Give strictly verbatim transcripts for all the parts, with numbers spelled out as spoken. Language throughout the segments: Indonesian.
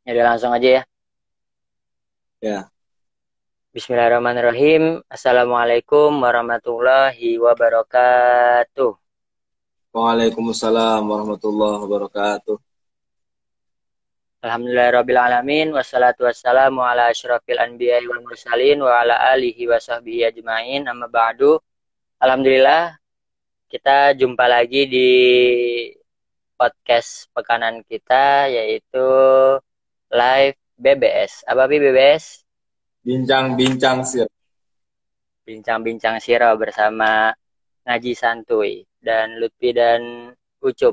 Ya udah langsung aja ya. Ya. Bismillahirrahmanirrahim. Assalamualaikum warahmatullahi wabarakatuh. Waalaikumsalam warahmatullahi wabarakatuh. Alhamdulillahirabbil alamin wassalatu wassalamu ala asyrafil anbiya'i wal mursalin wa ala alihi wa sahbihi ajmain. Amma ba'du. Alhamdulillah kita jumpa lagi di podcast pekanan kita yaitu live B B S. Apa sih B B S? Bincang-bincang sir. Bincang-bincang siro bersama Ngaji Santuy dan Lutfi dan Ucup.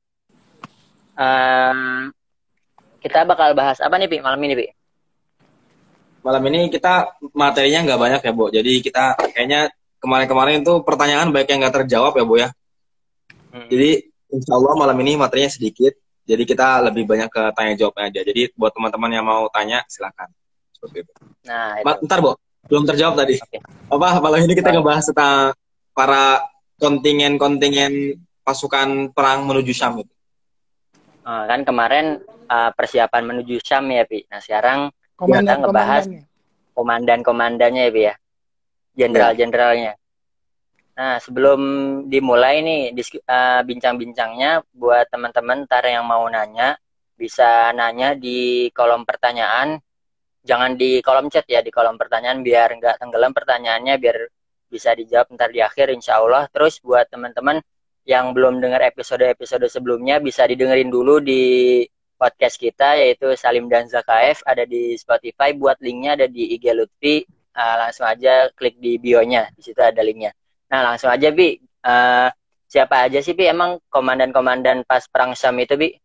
Um, kita bakal bahas apa nih, Pi, malam ini, Pi? Malam ini kita materinya nggak banyak ya, Bu. Jadi kita kayaknya kemarin-kemarin itu pertanyaan banyak yang nggak terjawab ya, Bu ya. Hmm. Jadi insya Allah malam ini materinya sedikit. Jadi kita lebih banyak ke tanya jawabnya aja. Jadi buat teman-teman yang mau tanya silakan. Seperti itu. Nah, itu. Bentar, Bu. Belum terjawab tadi. Okay. Apa malam ini kita ngebahas tentang para kontingen-kontingen pasukan perang menuju Syam itu. Oh, kan kemarin uh, persiapan menuju Syam ya, Pi. Nah, sekarang Komandan, kita ngebahas komandan-komandannya ya, Pi ya. Jenderal-jenderalnya. Nah, sebelum dimulai nih uh, bincang-bincangnya buat teman-teman ntar yang mau nanya bisa nanya di kolom pertanyaan. Jangan di kolom chat ya, di kolom pertanyaan biar nggak tenggelam pertanyaannya, biar bisa dijawab ntar di akhir insya Allah. Terus buat teman-teman yang belum dengar episode-episode sebelumnya bisa didengerin dulu di podcast kita yaitu Salim dan Zakaev, ada di Spotify. Buat linknya ada di I G Lutfi, uh, langsung aja klik di bio-nya, di situ ada linknya. Nah langsung aja Bi, uh, siapa aja sih Bi emang komandan-komandan pas perang Syam itu Bi?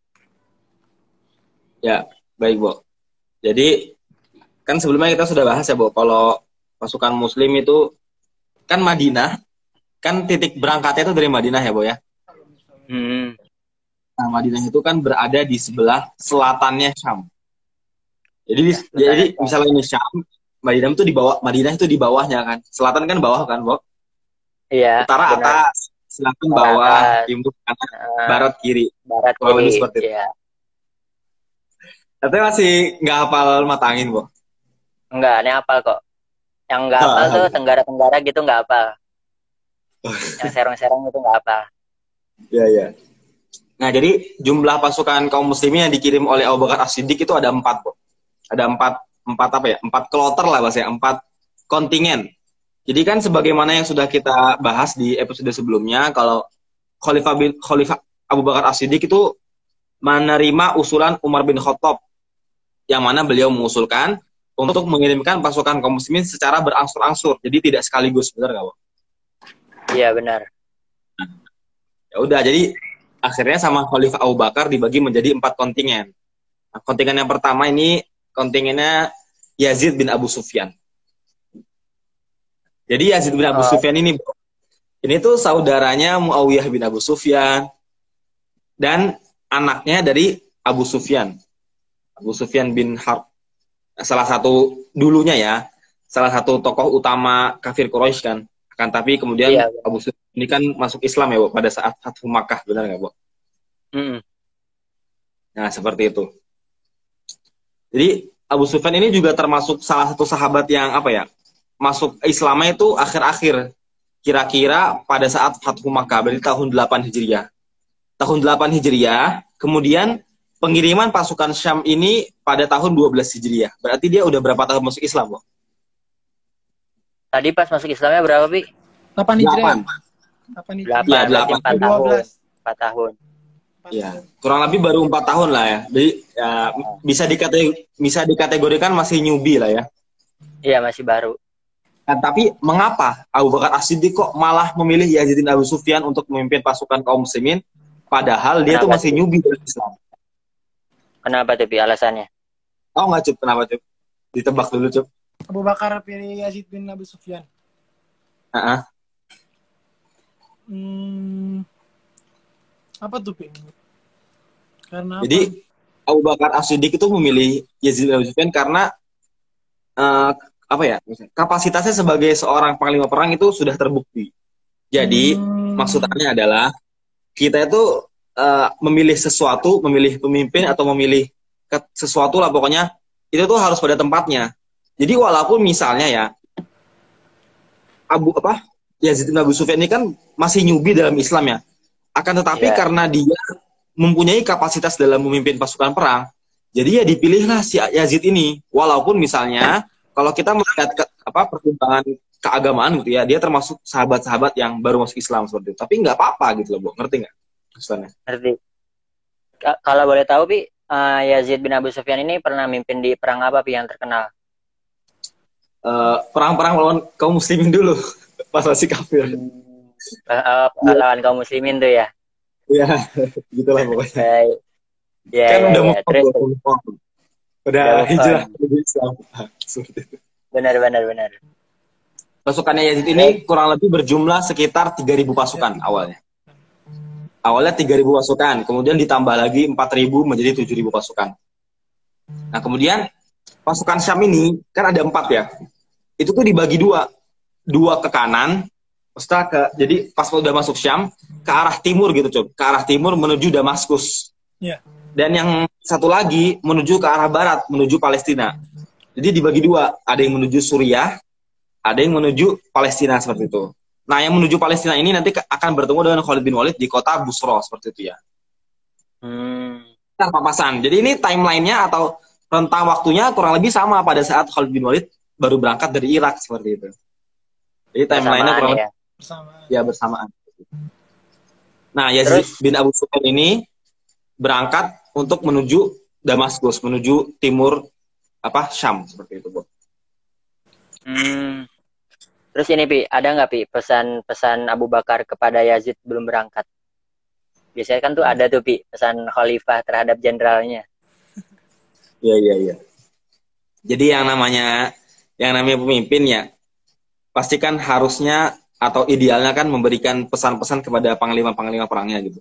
Ya baik Bu. Jadi kan sebelumnya kita sudah bahas ya Bu, kalau pasukan Muslim itu kan Madinah, kan titik berangkatnya itu dari Madinah ya Bu ya. Hmm. Nah, Madinah itu kan berada di sebelah selatannya Syam. Jadi ya, jadi ya. Misalnya ini Syam, Madinah itu di bawah, Madinah itu di bawahnya kan. Selatan kan bawah kan, Bu? Iya. Utara benar. Atas, selatan bawah, atas. Timur kanan, uh, barat kiri. Barat kiri. Seperti itu. Iya. Tapi masih nggak hafal mata angin, Bu? Enggak, ini hafal kok. Yang nggak hafal tuh tenggara-tenggara gitu nggak hafal. Yang serong-serong itu nggak hafal. Iya, iya. Nah, jadi jumlah pasukan kaum muslimin yang dikirim oleh Abu Bakar As-Siddiq itu ada empat, Bu. Ada empat, empat apa ya? Empat kloter lah bahasanya, empat kontingen. Jadi kan sebagaimana yang sudah kita bahas di episode sebelumnya, kalau Khalifah bin Khalifah Abu Bakar As-Siddiq itu menerima usulan Umar bin Khattab, yang mana beliau mengusulkan untuk mengirimkan pasukan kaum muslimin secara berangsur-angsur, jadi tidak sekaligus, benar nggak, Bu? Iya benar. Nah, ya udah, jadi akhirnya sama Khalifah Abu Bakar dibagi menjadi empat kontingen. Nah, kontingen yang pertama ini kontingennya Yazid bin Abu Sufyan. Jadi Yazid bin Abu oh. Sufyan ini, Bu, ini tuh saudaranya Muawiyah bin Abu Sufyan dan anaknya dari Abu Sufyan. Abu Sufyan bin Harb, salah satu dulunya ya, salah satu tokoh utama kafir Quraisy kan. Akan tapi kemudian iya, Abu Sufyan ini kan masuk Islam ya, Bu, pada saat Fathu Makkah, benar nggak, Bu? Mm. Nah, seperti itu. Jadi Abu Sufyan ini juga termasuk salah satu sahabat yang apa ya, masuk Islamnya itu akhir-akhir, kira-kira pada saat Fathu Makkah, berarti tahun delapan Hijriah. Tahun delapan Hijriah, kemudian pengiriman pasukan Syam ini pada tahun dua belas Hijriah. Berarti dia udah berapa tahun masuk Islam, Bu? Tadi pas masuk Islamnya berapa, Bi? delapan Hijriah. delapan Hijriah. delapan, empat tahun. empat tahun. Iya, kurang lebih baru empat tahun lah ya. Jadi ya, bisa dikategori, bisa dikategorikan masih newbie lah ya. Iya, masih baru. Nah, tapi mengapa Abu Bakar As-Siddiq kok malah memilih Yazid bin Abu Sufyan untuk memimpin pasukan kaum muslimin padahal dia Kenapa tuh masih newbie dalam Islam? Kenapa tuh, Bi, alasannya? Tahu nggak, Cup? Kenapa, Cup? Ditebak dulu, Cup. Abu Bakar pilih Yazid bin Abu Sufyan. Uh-huh. Hmm, apa tuh, Pi? Karena Jadi apa? Abu Bakar As-Siddiq itu memilih Yazid bin Abu Sufyan karena uh, apa ya? Kapasitasnya sebagai seorang panglima perang itu sudah terbukti. Jadi hmm. maksudnya adalah kita itu uh, memilih sesuatu, memilih pemimpin atau memilih ke sesuatu lah pokoknya, itu tuh harus pada tempatnya. Jadi walaupun misalnya ya Abu apa Yazid bin Abu Sufyan ini kan masih newbie dalam Islam ya, akan tetapi Iya. karena dia mempunyai kapasitas dalam memimpin pasukan perang, jadi ya dipilihlah si Yazid ini. Walaupun misalnya kalau kita melihat ke, apa pertimbangan keagamaan gitu ya, dia termasuk sahabat-sahabat yang baru masuk Islam seperti itu. Tapi nggak apa-apa gitu loh, Bu. Ngerti nggak? Maksudnya? Ngerti. Ka- Kalau boleh tahu, Pi, eh, Yazid bin Abu Sufyan ini pernah mimpin di perang apa, Pi, yang terkenal? Eh, perang-perang lawan kaum muslimin dulu pas masih kafir. Eh, eh, lawan kaum muslimin tuh ya? Iya, gitulah pokoknya. Baik. Ya, Kan ya, udah ya. move on, Terus, udah terus. move on. Udah Udah move hijrah on. menuju Islam. Seperti itu. Benar, benar, benar. Pasukannya Yazid ini kurang lebih berjumlah sekitar tiga ribu pasukan awalnya. Awalnya tiga ribu pasukan, kemudian ditambah lagi empat ribu menjadi tujuh ribu pasukan. Nah, kemudian pasukan Syam ini kan ada empat ya. Itu tuh dibagi dua. Dua ke kanan, maksudnya ke, jadi pas udah masuk Syam, ke arah timur gitu, Cob. Ke arah timur menuju Damaskus. Iya. Dan yang satu lagi menuju ke arah barat, menuju Palestina. Jadi dibagi dua, ada yang menuju Suriah, ada yang menuju Palestina seperti itu. Nah, yang menuju Palestina ini nanti akan bertemu dengan Khalid bin Walid di kota Busra seperti itu ya. Hmm. Nah, papasan. Jadi ini timelinenya atau rentang waktunya kurang lebih sama pada saat Khalid bin Walid baru berangkat dari Irak seperti itu. Jadi timelinenya kurang lebih ya. Bersama. ya bersamaan. Nah, Yazid Terus? bin Abu Sufyan ini berangkat untuk menuju Damaskus, menuju timur apa Syam seperti itu, Bu. Hmm. Terus ini, Pi, ada nggak, Pi, pesan-pesan Abu Bakar kepada Yazid belum berangkat? Biasanya kan tuh ada tuh, Pi, pesan khalifah terhadap jenderalnya. Iya, iya, iya. Jadi yang namanya yang namanya pemimpin ya, pasti kan harusnya atau idealnya kan memberikan pesan-pesan kepada panglima-panglima perangnya gitu.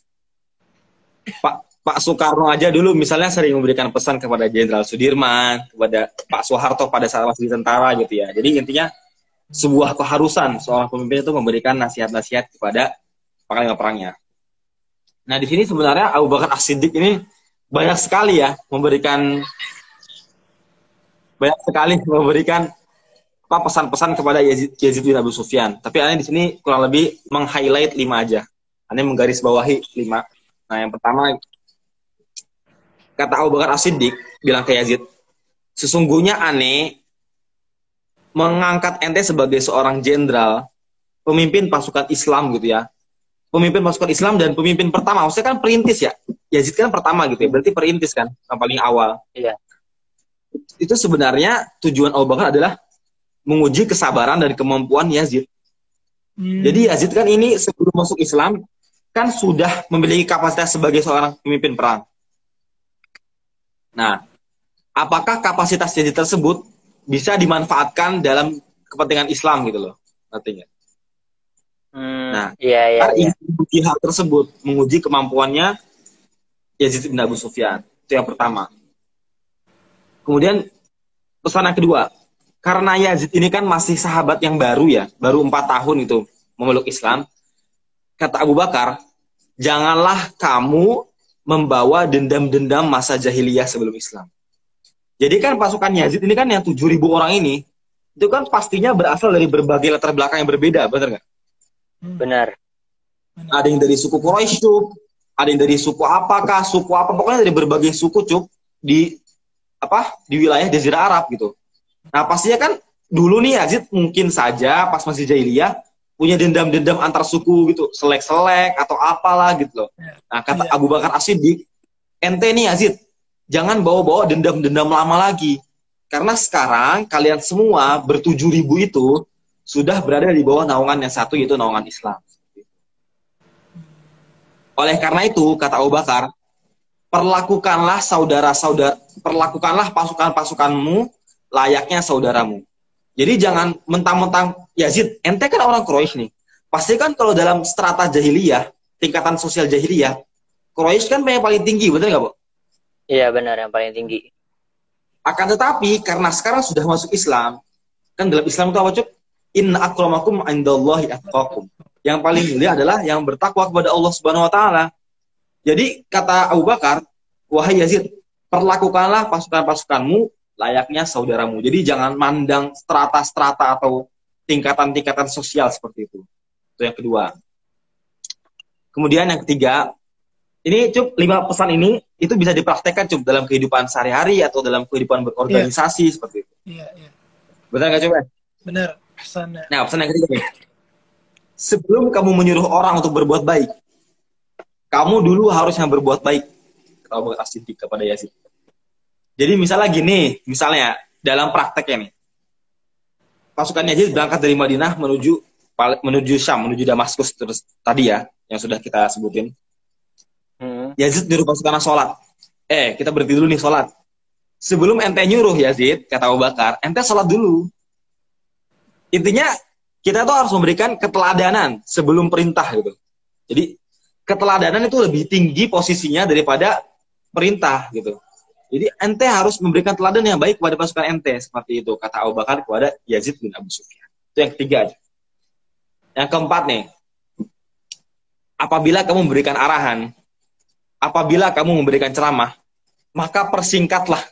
Pak Pak Soekarno aja dulu misalnya sering memberikan pesan kepada Jenderal Sudirman, kepada Pak Soeharto pada saat masih di tentara gitu ya. Jadi intinya sebuah keharusan seorang pemimpin itu memberikan nasihat-nasihat kepada panglima perangnya. Nah, di sini sebenarnya Abu Bakar As-Siddiq ini banyak sekali ya memberikan banyak sekali memberikan apa pesan-pesan kepada Yazid, Yazid bin Abu Sufyan. Tapi aneh di sini kurang lebih meng-highlight lima aja. Aneh menggaris bawahi lima. Nah, yang pertama kata Abu Bakar As-Siddiq bilang ke Yazid, sesungguhnya aneh mengangkat ente sebagai seorang jenderal, pemimpin pasukan Islam gitu ya. Pemimpin pasukan Islam dan pemimpin pertama, maksudnya kan perintis ya. Yazid kan pertama gitu ya, berarti perintis kan, yang paling awal. Iya. Itu sebenarnya tujuan Abu Bakar adalah menguji kesabaran dan kemampuan Yazid. Hmm. Jadi Yazid kan ini sebelum masuk Islam, kan sudah memiliki kapasitas sebagai seorang pemimpin perang. Nah, apakah kapasitas Yazid tersebut bisa dimanfaatkan dalam kepentingan Islam gitu loh, artinya. Hmm. Nah, Iya, iya, Bakar iya. ingin menguji hal tersebut, menguji kemampuannya Yazid bin Abu Sufyan. Itu yang pertama. Kemudian pesan yang kedua, karena Yazid ini kan masih sahabat yang baru ya, baru empat tahun itu memeluk Islam. Kata Abu Bakar, janganlah kamu membawa dendam-dendam masa jahiliyah sebelum Islam. Jadi kan pasukan Yazid ini kan yang tujuh ribu orang ini, itu kan pastinya berasal dari berbagai latar belakang yang berbeda, benar nggak? Benar. Ada yang dari suku Quraisy, ada yang dari suku apakah, suku apa, pokoknya dari berbagai suku cuk di apa di wilayah Jazirah Arab gitu. Nah pastinya kan dulu nih Yazid mungkin saja pas masih jahiliyah punya dendam-dendam antar suku gitu, selek-selek atau apalah gitu loh. Nah kata Abu Bakar As-Siddiq, ente nih Yazid, jangan bawa-bawa dendam-dendam lama lagi. Karena sekarang kalian semua bertujuh ribu itu sudah berada di bawah naungan yang satu, yaitu naungan Islam. Oleh karena itu, kata Abu Bakar, perlakukanlah saudara-saudara, perlakukanlah pasukan-pasukanmu layaknya saudaramu. Jadi jangan mentang-mentang Yazid, ente kan orang Quraisy nih. Pasti kan kalau dalam strata jahiliyah, tingkatan sosial jahiliyah, Quraisy kan yang paling tinggi, betul nggak, Bu? Iya, benar, yang paling tinggi. Akan tetapi karena sekarang sudah masuk Islam, kan dalam Islam itu apa, Cuk? Inna akramakum indallahi atqakum. Yang paling mulia adalah yang bertakwa kepada Allah Subhanahu wa taala. Jadi kata Abu Bakar, wahai Yazid, perlakukanlah pasukan-pasukanmu layaknya saudaramu. Jadi jangan mandang strata-strata atau tingkatan-tingkatan sosial seperti itu. Itu yang kedua. Kemudian yang ketiga, ini Cup, lima pesan ini itu bisa dipraktekkan Cup dalam kehidupan sehari-hari atau dalam kehidupan berorganisasi yeah. seperti itu. Iya, iya. Benar nggak Cup? Benar, pesannya. Nah, pesan yang ketiga nih. Sebelum kamu menyuruh orang untuk berbuat baik, kamu dulu harus yang berbuat baik. Kata Abu Bakar As-Siddiq kepada Yazid. Jadi misalnya gini, misalnya dalam prakteknya nih, pasukan Yazid berangkat dari Madinah menuju menuju Syam, menuju Damaskus terus tadi ya, yang sudah kita sebutin. Hmm. Yazid nyuruh pasukannya sholat. Eh, kita berhenti dulu nih sholat. Sebelum ente nyuruh Yazid, kata Abu Bakar, ente sholat dulu. Intinya, kita tuh harus memberikan keteladanan sebelum perintah gitu. Jadi, keteladanan itu lebih tinggi posisinya daripada perintah gitu. Jadi, ente harus memberikan teladan yang baik kepada pasukan ente. Seperti itu, kata Abu Bakar kepada Yazid bin Abu Sufyan. Itu yang ketiga. Yang keempat nih, apabila kamu memberikan arahan, apabila kamu memberikan ceramah, maka persingkatlah.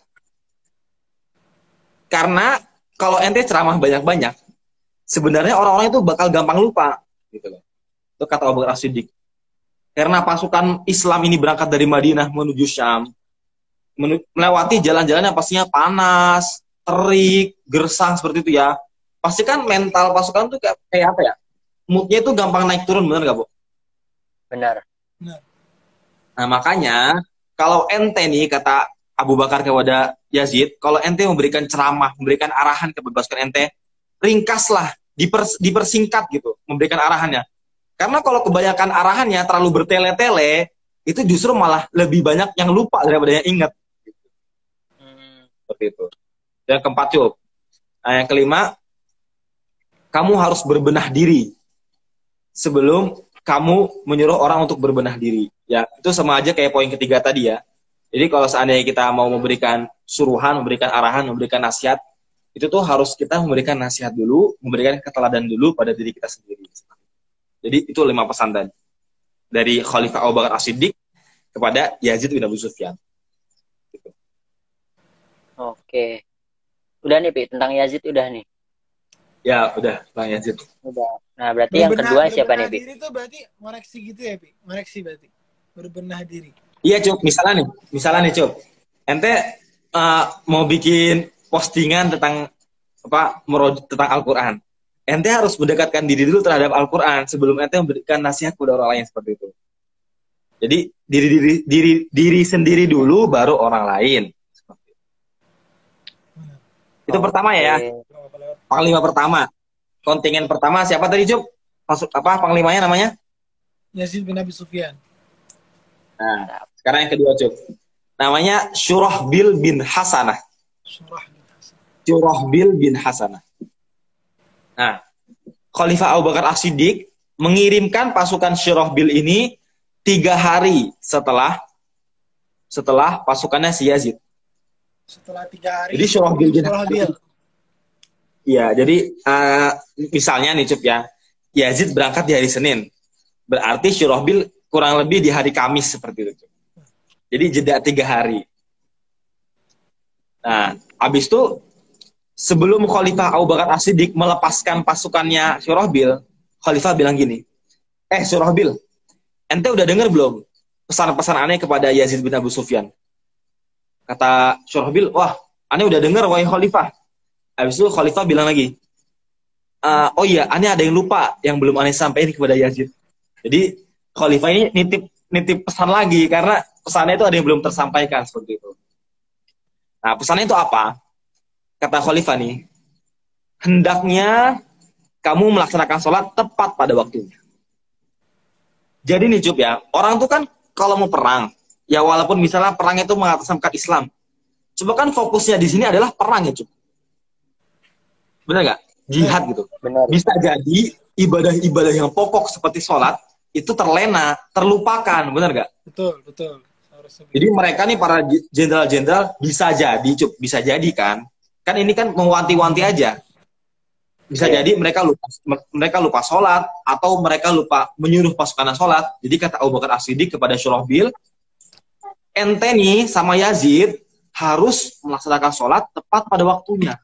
Karena kalau ente ceramah banyak-banyak, sebenarnya orang-orang itu bakal gampang lupa. Gitu loh. Itu kata Abu Bakar As-Siddiq. Karena pasukan Islam ini berangkat dari Madinah menuju Syam, melewati jalan-jalan yang pastinya panas, terik, gersang seperti itu ya. Pasti kan mental pasukan tuh kayak, kayak apa ya? Moodnya itu gampang naik turun, benar nggak, Bu? Benar. Nah, makanya kalau ente nih, kata Abu Bakar kepada Yazid, kalau ente memberikan ceramah, memberikan arahan kepada pasukan ente, ringkaslah, dipers, dipersingkat gitu, memberikan arahannya. Karena kalau kebanyakan arahannya terlalu bertele-tele, itu justru malah lebih banyak yang lupa daripada yang ingat. Hmm. Seperti itu. Yang keempat, Cuk. Nah, yang kelima, kamu harus berbenah diri sebelum kamu menyuruh orang untuk berbenah diri. Ya, itu sama aja kayak poin ketiga tadi ya. Jadi kalau seandainya kita mau memberikan suruhan, memberikan arahan, memberikan nasihat, itu tuh harus kita memberikan nasihat dulu, memberikan keteladan dulu pada diri kita sendiri. Jadi itu lima pesan tadi dari Khalifah Abu Bakar As-Siddiq kepada Yazid bin Abu Sufyan. Gitu. Oke. Udah nih, Pi, tentang Yazid udah nih. Ya, udah, Bang Yazid. Udah. Nah, berarti yang kedua siapa nih, Pi? Berbenah diri itu berarti ngoreksi gitu ya, Pi? Ngoreksi berarti. Berbenah diri. Iya, Cuk. Misalnya nih, misalnya nih, Cuk. Ente uh, mau bikin postingan tentang apa? Tentang Al-Qur'an. Ente harus mendekatkan diri dulu terhadap Al-Qur'an sebelum ente memberikan nasihat kepada orang lain seperti itu. Jadi diri diri diri diri sendiri dulu baru orang lain. Itu oh, pertama ya. Panglima pertama. Kontingen pertama siapa tadi, Cuk? Masuk apa panglimanya namanya? Yazid bin Abi Sufyan. Nah, sekarang yang kedua, Cuk. Namanya Syurahbil bin Hasanah. Syurahbil bin Hasanah. Nah, Khalifah Abu Bakar As-Siddiq mengirimkan pasukan Syurahbil ini tiga hari setelah setelah pasukannya si Yazid. Setelah tiga hari. Jadi Syurahbil bin Hasanah. Iya, jadi uh, misalnya nih, Cup ya, Yazid berangkat di hari Senin. Berarti Syurahbil kurang lebih di hari Kamis seperti itu. Cup. Jadi jeda tiga hari. Nah, habis itu sebelum Khalifah Abu Bakar As-Siddiq melepaskan pasukannya Syurahbil, Khalifah bilang gini, eh Syurahbil, ente udah dengar belum pesan-pesan aneh kepada Yazid bin Abu Sufyan? Kata Syurahbil, wah, aneh udah dengar, wahai Khalifah. Habis itu Khalifah bilang lagi, e, oh iya, aneh ada yang lupa yang belum aneh sampaikan kepada Yazid. Jadi Khalifah ini nitip nitip pesan lagi karena pesannya itu ada yang belum tersampaikan seperti itu. Nah, pesannya itu apa? Kata Khalifah nih, hendaknya kamu melaksanakan sholat tepat pada waktunya. Jadi nih, Cup ya, orang tuh kan kalau mau perang, ya walaupun misalnya perang itu mengatasnamakan Islam, coba kan fokusnya di sini adalah perang ya, Cup. Benar nggak? Jihad gitu. Benar. Bisa jadi ibadah-ibadah yang pokok seperti sholat itu terlena, terlupakan, benar nggak? Betul, betul. Jadi mereka nih para jenderal-jenderal bisa jadi, Cup, bisa jadi kan? Kan ini kan mewanti-wanti aja. Bisa yeah. jadi mereka lupa mereka lupa sholat atau mereka lupa menyuruh pasukan sholat. Jadi kata Abu Bakar As-Siddiq kepada Syurahbil, ente nih sama Yazid harus melaksanakan sholat tepat pada waktunya.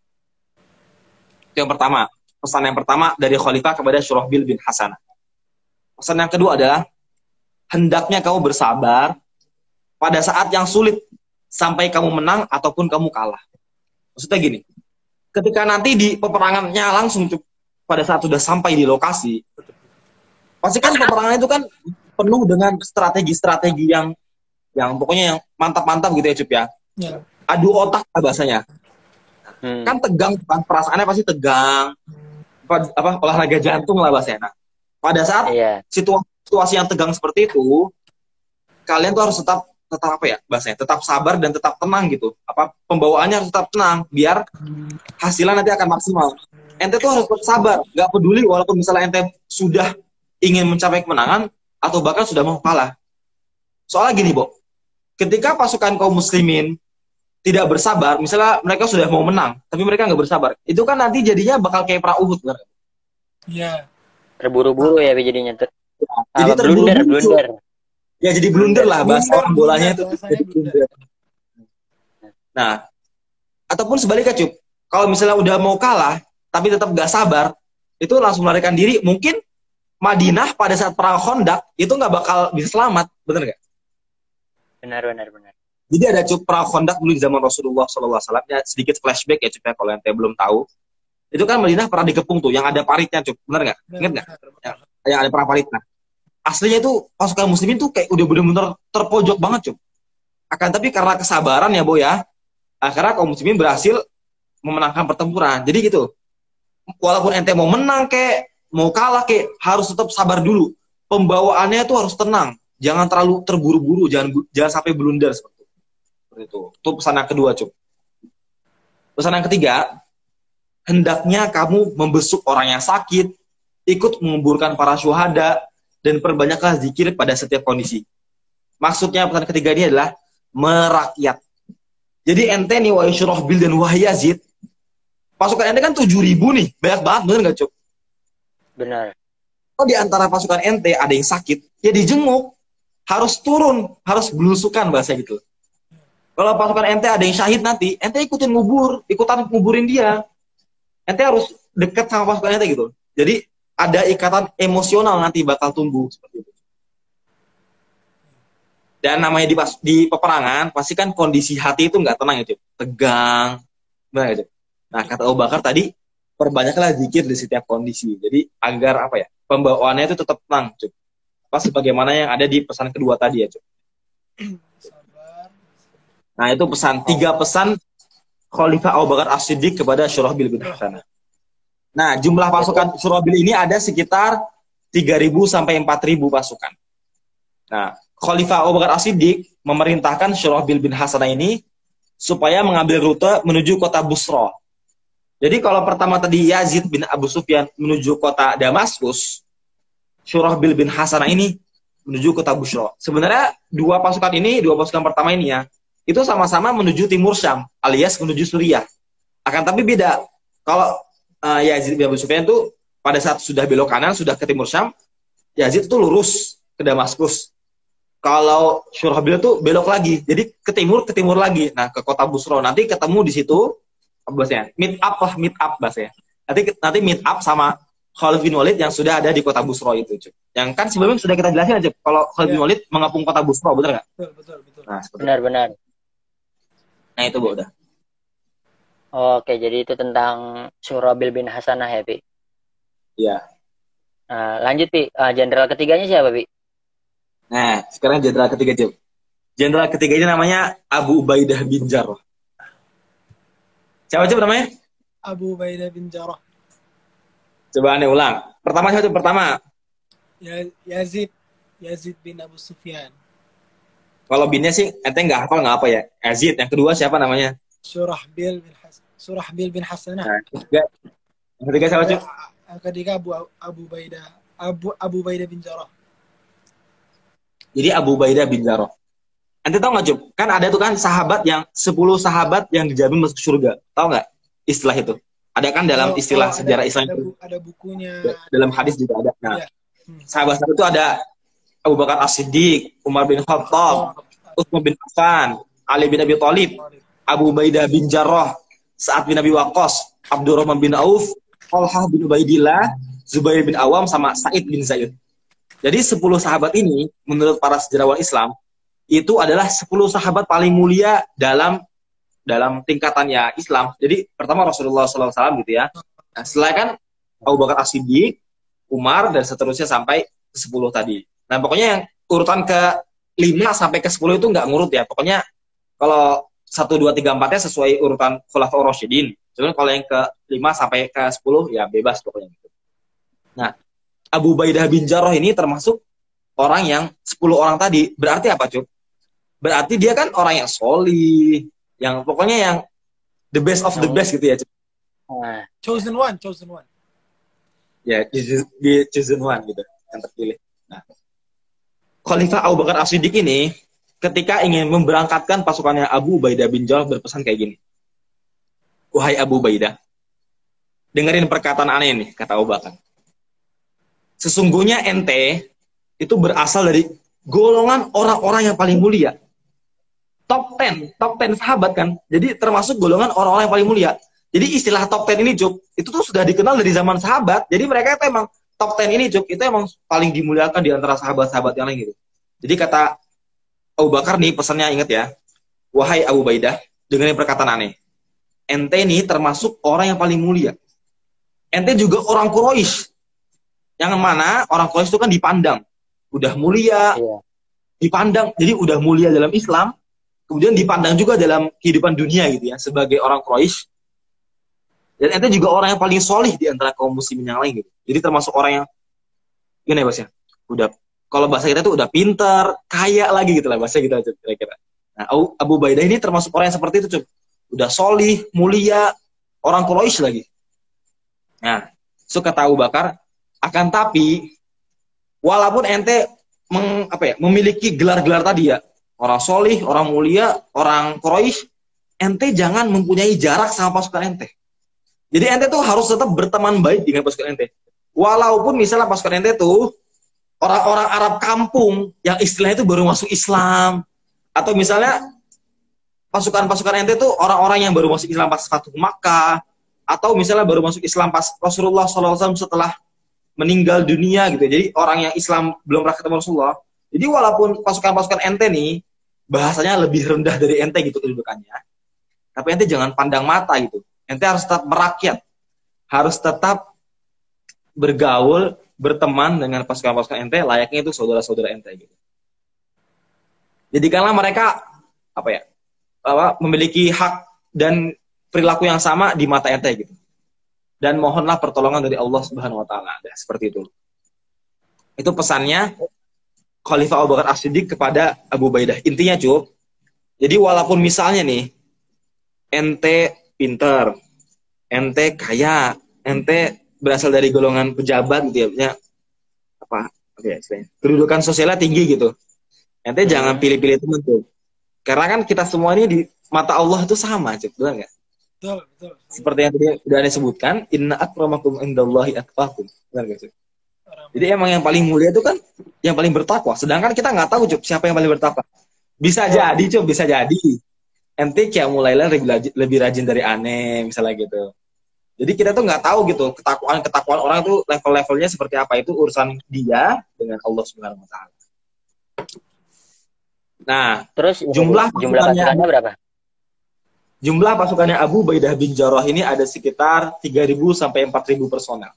Itu yang pertama. Pesan yang pertama dari khalifah kepada Syurahbil bin Hasanah. Pesan yang kedua adalah, hendaknya kamu bersabar pada saat yang sulit sampai kamu menang ataupun kamu kalah. Maksudnya gini, ketika nanti di peperangannya langsung pada saat sudah sampai di lokasi, pasti kan peperangan itu kan penuh dengan strategi-strategi yang yang pokoknya yang mantap-mantap gitu ya Cup ya. Ya. Adu otak lah bahasanya. Hmm. Kan tegang, kan perasaannya pasti tegang. Apa, apa olahraga jantung lah bahasanya. Nah, pada saat yeah. situasi, situasi yang tegang seperti itu, kalian tuh harus tetap tetap apa ya bahasanya? Tetap sabar dan tetap tenang gitu. Apa pembawaannya harus tetap tenang biar hasilnya nanti akan maksimal. Ente tuh harus tetap sabar, nggak peduli walaupun misalnya ente sudah ingin mencapai kemenangan atau bahkan sudah mau kalah. Soalnya gini, Bo. Ketika pasukan kaum muslimin tidak bersabar, misalnya mereka sudah mau menang, tapi mereka nggak bersabar, itu kan nanti jadinya bakal kayak perang Uhud, kan? Iya. Terburu-buru ya jadinya. Ter ya, jadi terburu-buru. Blunder. Ya jadi blunder lah, bahasa orang bolanya itu jadi blunder. Nah, ataupun sebaliknya, Cup. Kalau misalnya udah mau kalah, tapi tetap nggak sabar, itu langsung melarikan diri, mungkin Madinah pada saat perang Khandaq itu nggak bakal bisa selamat, bener nggak? Benar, benar, benar. Jadi ada Cup perang Khandaq dulu di zaman Rasulullah shallallahu alaihi wasallam. Ya, sedikit flashback ya Cup ya, kalau ente belum tahu. Itu kan Madinah pernah dikepung tuh, yang ada paritnya Cup, bener nggak? Ingat nggak? Ya, yang ada perang paritnya. Aslinya itu pasukan muslimin tuh kayak udah bener-bener terpojok banget Cup. Akan tapi karena kesabaran ya Bo ya, akhirnya kaum muslimin berhasil memenangkan pertempuran. Jadi gitu. Walaupun ente mau menang kek, mau kalah kek, harus tetap sabar dulu. Pembawaannya tuh harus tenang. Jangan terlalu terburu-buru, jangan jangan sampai blunder seperti itu. Seperti itu. Itu pesan yang kedua, Cup. Pesan yang ketiga, hendaknya kamu membesuk orang yang sakit, ikut menguburkan para syuhada, dan perbanyaklah zikir pada setiap kondisi. Maksudnya pesan ketiga ini adalah merakyat. Jadi ente nih, wahai Syurahbil dan wahai Yazid, pasukan ente kan tujuh ribu nih, banyak banget, bener nggak Cup? Benar. Kalau di antara pasukan ente ada yang sakit, ya dijenguk, harus turun, harus belusukan bahasa gitu. Kalau pasukan ente ada yang syahid nanti, ente ikutin ngubur, ikutan nguburin dia. Ente harus dekat sama pasukan ente gitu. Jadi ada ikatan emosional nanti bakal tumbuh seperti itu. Dan namanya di, di peperangan, pasti kan kondisi hati itu nggak tenang ya, Cup. Tegang. Benar ya, Cup? Nah, kata Abu Bakar tadi, perbanyaklah zikir di setiap kondisi. Jadi agar apa ya, pembawaannya itu tetap tenang, Cup. Pas sebagaimana yang ada di pesan kedua tadi ya, Cup. Nah, itu pesan, tiga pesan Khalifah Abu Bakar As-Siddiq kepada Syurahbil bin Hasanah. Nah, jumlah pasukan Syurahbil ini ada sekitar tiga ribu sampai empat ribu pasukan. Nah, Khalifah Abu Bakar As-Siddiq memerintahkan Syurahbil bin Hasanah ini supaya mengambil rute menuju kota Busra. Jadi kalau pertama tadi Yazid bin Abu Sufyan menuju kota Damaskus, Syurahbil bin Hasanah ini menuju kota Busra. Sebenarnya dua pasukan ini, dua pasukan pertama ini ya, itu sama-sama menuju timur Syam, alias menuju Suriah. Akan tapi beda. Kalau uh, Yazid bin Abu Sufyan itu pada saat sudah belok kanan, sudah ke timur Syam, Yazid itu lurus ke Damaskus. Kalau Syurahbil itu belok lagi, jadi ke timur, ke timur lagi. Nah, ke kota Busra. Nanti ketemu di situ, bahasanya, meet up lah, meet up bahasanya. Nanti, nanti meet up sama Khalid bin Walid yang sudah ada di kota Busra itu, Cuk. Yang kan sebelumnya sudah kita jelasin aja, kalau Khalid ya. bin Walid mengepung kota Busra, betul nggak? Betul, betul, betul. Nah, benar-benar. Nah, itu, Bu, udah. Oke, jadi itu tentang Syurahbil bin Hasanah ya, Pi? Iya. Nah, lanjut, Pi. Uh, jenderal ketiganya siapa, Pi? Nah, sekarang jenderal ketiga, Cuk. Jenderal ketiganya namanya Abu Ubaidah bin Jarrah. Siapa, Cuk, namanya? Abu Ubaidah bin Jarrah. Coba Anda ulang. Pertama siapa, Cuk? Pertama. Ya, Yazid. Yazid bin Abu Sufyan. Kalau binnya sih, ente nggak hafal nggak apa ya? Yazid. Yang kedua siapa namanya? Syurahbil bin Has Syurahbil bin Hasanah. Nah, ketiga. Yang ketiga siapa, Cuk? Yang ketiga Abu Abu Ubaidah Abu Abu Ubaidah bin Jarrah. Jadi Abu Ubaidah bin Jarrah. Ente tahu nggak, Cuk? Kan ada tuh kan sahabat yang sepuluh sahabat yang dijamin masuk surga. Tahu nggak istilah itu? Ada kan dalam oh, istilah oh, sejarah ada, Islam ada, itu. bu, ada bukunya. Dalam hadis juga ada. Nah, ya. hmm. sahabat-sahabat itu ada Abu Bakar As-Siddiq, Umar bin Khattab, Utsman bin Affan, Ali bin Abi Thalib, Abu Ubaidah bin Jarrah, Sa'ad bin Abi Waqqas, Abdurrahman bin Auf, Talhah bin Ubaidillah, Zubair bin Awam, sama Sa'id bin Zaid. Jadi sepuluh sahabat ini menurut para sejarawan Islam itu adalah sepuluh sahabat paling mulia dalam dalam tingkatannya Islam. Jadi pertama Rasulullah shallallahu alaihi wasallam gitu ya. Nah, setelah kan Abu Bakar As-Siddiq, Umar, dan seterusnya sampai ke sepuluh tadi. Nah pokoknya yang urutan ke lima sampai ke sepuluh itu nggak ngurut ya. Pokoknya kalau satu, dua, tiga, empatnya sesuai urutan Khulafaur Rasyidin. Cuman kalau yang ke lima sampai ke sepuluh ya bebas pokoknya. Nah, Abu Ubaidah bin Jarrah ini termasuk orang yang sepuluh orang tadi. Berarti apa, Cuk? Berarti dia kan orang yang solih, yang pokoknya yang the best of the best gitu ya, Cuk. Nah. Chosen one, chosen one. Ya, di chosen one gitu, yang terpilih. Nah, Khalifah Abu Bakar As-Siddiq ini ketika ingin memberangkatkan pasukannya Abu Ubaidah bin Jarrah berpesan kayak gini. Wahai Abu Ubaidah, dengerin perkataan aneh nih, kata Abu Bakar. Sesungguhnya ente itu berasal dari golongan orang-orang yang paling mulia. Top ten, top ten sahabat kan. Jadi termasuk golongan orang-orang yang paling mulia. Jadi istilah top ten ini, Cuk, itu tuh sudah dikenal dari zaman sahabat. Jadi mereka itu emang top ten ini, Cuk, itu emang paling dimuliakan di antara sahabat-sahabat yang lain gitu. Jadi kata Abu Bakar nih pesannya, ingat ya. Wahai Abu Ubaidah, dengerin perkataan aneh. Ente ini termasuk orang yang paling mulia. Ente juga orang Quraisy. Yang mana orang Quraisy itu kan dipandang udah mulia, iya. dipandang jadi udah mulia dalam Islam, kemudian dipandang juga dalam kehidupan dunia gitu ya sebagai orang Quraisy. Dan ente juga orang yang paling solih di antara kaum muslimin yang lain gitu. Jadi termasuk orang yang gimana ya Bos ya? Udah kalau bahasa kita tuh udah pintar, kaya lagi gitu lah bahasa kita kira-kira. Nah, Abu Ubaidah ini termasuk orang yang seperti itu, Cuk. Udah solih, mulia, orang Quraisy lagi. Nah, so kata Abu Bakar, akan tapi walaupun ente meng, apa ya, memiliki gelar-gelar tadi ya, orang solih, orang mulia, orang Quraisy, ente jangan mempunyai jarak sama pasukan ente. Jadi ente tuh harus tetap berteman baik dengan pasukan ente. Walaupun misalnya pasukan ente tuh orang-orang Arab kampung yang istilahnya itu baru masuk Islam, atau misalnya pasukan-pasukan ente tuh orang-orang yang baru masuk Islam pas Fathu Makkah, atau misalnya baru masuk Islam pas Rasulullah shallallahu alaihi wasallam setelah meninggal dunia gitu. Jadi orang yang Islam belum pernah ketemu Rasulullah. Jadi walaupun pasukan-pasukan ente nih bahasanya lebih rendah dari ente gitu kedudukannya, tapi ente jangan pandang mata gitu. Ente harus tetap merakyat, harus tetap bergaul, berteman dengan pasukan-pasukan ente layaknya itu saudara-saudara ente gitu. Jadi karena mereka apa ya, apa, memiliki hak dan perilaku yang sama di mata ente gitu. Dan mohonlah pertolongan dari Allah Subhanahu wa taala. Ya, seperti itu. Itu pesannya Khalifah Abu Bakar As-Siddiq kepada Abu Ubaidah. Intinya, Cuk, jadi walaupun misalnya nih ente pinter, ente kaya, ente berasal dari golongan pejabat gitu ya, apa, oke, okay, kedudukan sosialnya tinggi gitu. Ente hmm. jangan pilih-pilih teman tuh. Karena kan kita semua ini di mata Allah itu sama, Cuk, betul nggak? Betul, betul. Seperti yang tadi udah Anda sebutkan, inna akramakum indallahi atqakum. Benar gak sih? Jadi emang yang paling mulia itu kan yang paling bertakwa. Sedangkan kita nggak tahu, Cuk, siapa yang paling bertakwa. Bisa oh. jadi, Cuk, bisa jadi. Ente kayak mulai lebih, lebih rajin dari aneh, misalnya gitu. Jadi kita tuh nggak tahu gitu, ketakwaan-ketakwaan orang tuh level-levelnya seperti apa. Itu urusan dia dengan Allah Subhanahu wa taala. Nah, terus jumlah jumlah pasukannya berapa? Jumlah pasukannya Abu Ubaidah bin Jarrah ini ada sekitar tiga ribu sampai empat ribu personel.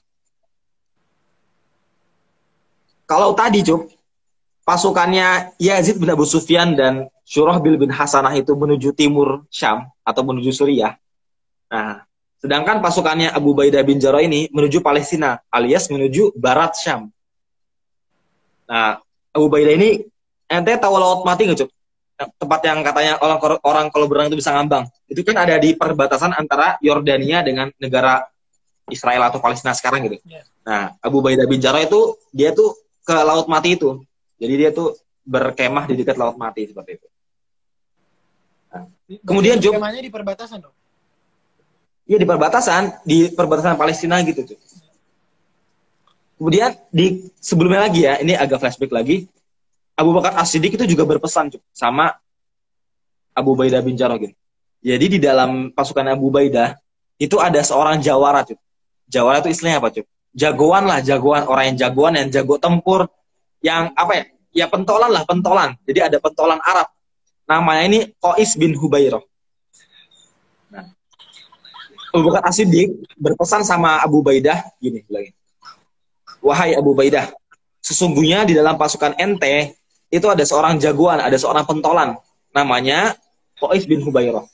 Kalau tadi, Cuk, pasukannya Yazid bin Abu Sufyan dan Syurahbil bin Hasanah itu menuju timur Syam atau menuju Suriah. Nah, sedangkan pasukannya Abu Ubaidah bin Jarrah ini menuju Palestina alias menuju barat Syam. Nah, Abu Ubaidah ini ente tahu laut mati nggak, Cuk? Tempat yang katanya orang orang kalau berenang itu bisa ngambang. Itu kan ada di perbatasan antara Yordania dengan negara Israel atau Palestina sekarang gitu. Yeah. Nah, Abu Ubaidah bin Jarrah itu dia tuh ke laut mati itu. Jadi dia tuh berkemah di dekat laut mati seperti itu. Nah, kemudian Jum, kemahnya di perbatasan dong. Iya di perbatasan, di perbatasan Palestina gitu tuh. Kemudian di sebelumnya lagi ya, ini agak flashback lagi. Abu Bakar As-Siddiq itu juga berpesan, Cuk, sama Abu Ubaidah bin Jarrah gitu. Jadi di dalam pasukan Abu Ubaidah itu ada seorang jawara, cuy. Jawara itu istilahnya apa, cuy? Jagoan lah, jagoan, orang yang jagoan, yang jago tempur, yang apa ya? Ya pentolan lah, pentolan. Jadi ada pentolan Arab. Namanya ini Qais bin Hubairah. Nah, Abu Bakar As-Siddiq berpesan sama Abu Ubaidah gini lagi. Wahai Abu Ubaidah, sesungguhnya di dalam pasukan ente itu ada seorang jagoan, ada seorang pentolan. Namanya Qais bin Hubairah.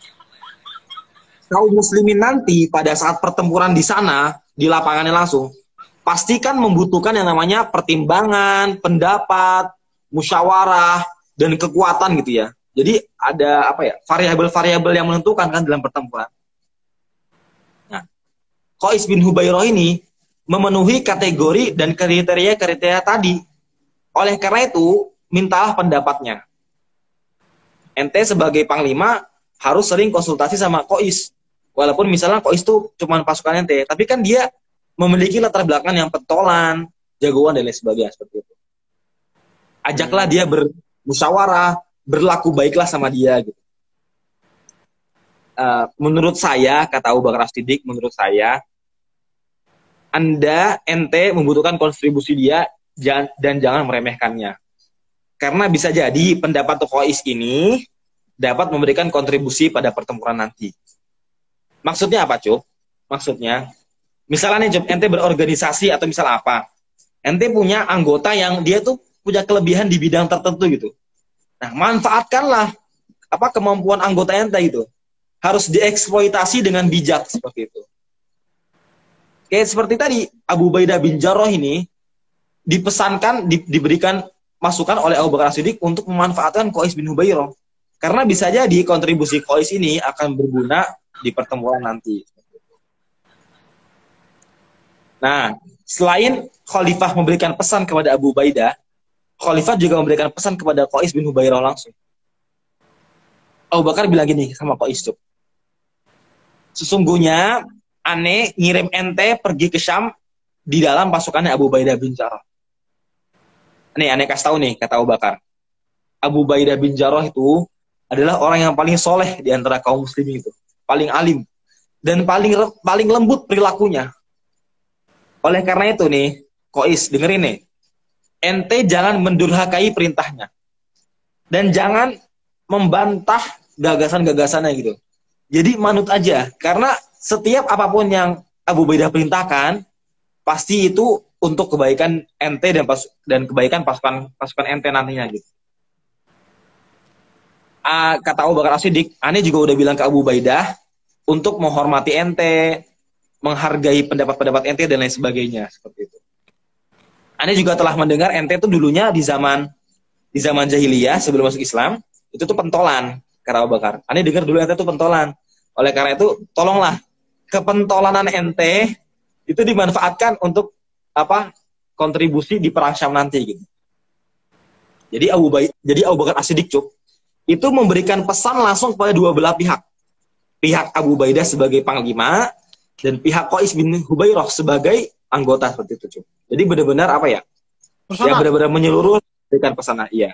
Kaum muslimin nanti pada saat pertempuran di sana, di lapangannya langsung, pastikan membutuhkan yang namanya pertimbangan, pendapat, musyawarah, dan kekuatan gitu ya. Jadi ada apa ya, variabel-variabel yang menentukan kan dalam pertempuran. Nah, Qais bin Hubairah ini memenuhi kategori dan kriteria-kriteria tadi. Oleh karena itu, mintalah pendapatnya. Ente sebagai panglima harus sering konsultasi sama Qais. Walaupun misalnya Qais itu cuma pasukan ente, tapi kan dia memiliki latar belakang yang pentolan, jagoan dan lain sebagainya seperti itu. Ajaklah dia bermusyawarah, berlaku baiklah sama dia gitu. Uh, menurut saya, kata Abu Bakar As-Siddiq, menurut saya Anda ente membutuhkan kontribusi dia dan jangan meremehkannya. Karena bisa jadi pendapat Qais ini dapat memberikan kontribusi pada pertempuran nanti. Maksudnya apa, Cuk? Maksudnya, misalnya nih, Cuk, ente berorganisasi atau misal apa, ente punya anggota yang dia tuh punya kelebihan di bidang tertentu gitu. Nah, manfaatkanlah apa kemampuan anggota ente itu. Harus dieksploitasi dengan bijak seperti itu. Kayak seperti tadi, Abu Ubaidah bin Jarrah ini dipesankan, di, diberikan masukan oleh Abu Bakar As-Siddiq untuk memanfaatkan Qais bin Hubairah. Karena bisa jadi kontribusi Qais ini akan berguna di pertemuan nanti. Nah, selain Khalifah memberikan pesan kepada Abu Ubaidah, Khalifah juga memberikan pesan kepada Qais bin Hubairah langsung. Abu Bakar bilang gini sama Qais, Cuk. Sesungguhnya aneh ngirim ente pergi ke Syam di dalam pasukannya Abu Ubaidah bin Jarrah. Nih, aneh kasih tahu nih, kata Abu Bakar. Abu Ubaidah bin Jarrah itu adalah orang yang paling soleh di antara kaum muslimin itu. Paling alim. Dan paling paling lembut perilakunya. Oleh karena itu nih, Qais, dengerin nih. Ente jangan mendurhakai perintahnya. Dan jangan membantah gagasan-gagasannya gitu. Jadi manut aja. Karena setiap apapun yang Abu Ubaidah perintahkan, pasti itu untuk kebaikan ente dan pas, dan kebaikan pasukan pasukan ente nantinya gitu. Uh, kata Abu Bakar As-Siddiq, aneh juga udah bilang ke Abu Ubaidah untuk menghormati ente, menghargai pendapat-pendapat ente dan lain sebagainya seperti itu. Aneh juga telah mendengar ente itu dulunya di zaman di zaman jahiliyah sebelum masuk Islam itu tuh pentolan, kata Abu Bakar. Aneh dengar dulu ente tuh pentolan. Oleh karena itu, tolonglah kepentolanan ente itu dimanfaatkan untuk apa kontribusi di perang Syam nanti gitu. Jadi Abu Bay, jadi Abu Bakar As-Siddiq, Cuk, itu memberikan pesan langsung kepada dua belah pihak. Pihak Abu Ubaidah sebagai panglima dan pihak Qais bin Hubairah sebagai anggota seperti itu, Cuk. Jadi benar-benar apa ya? Personal. Yang benar-benar menyeluruh memberikan pesan, iya.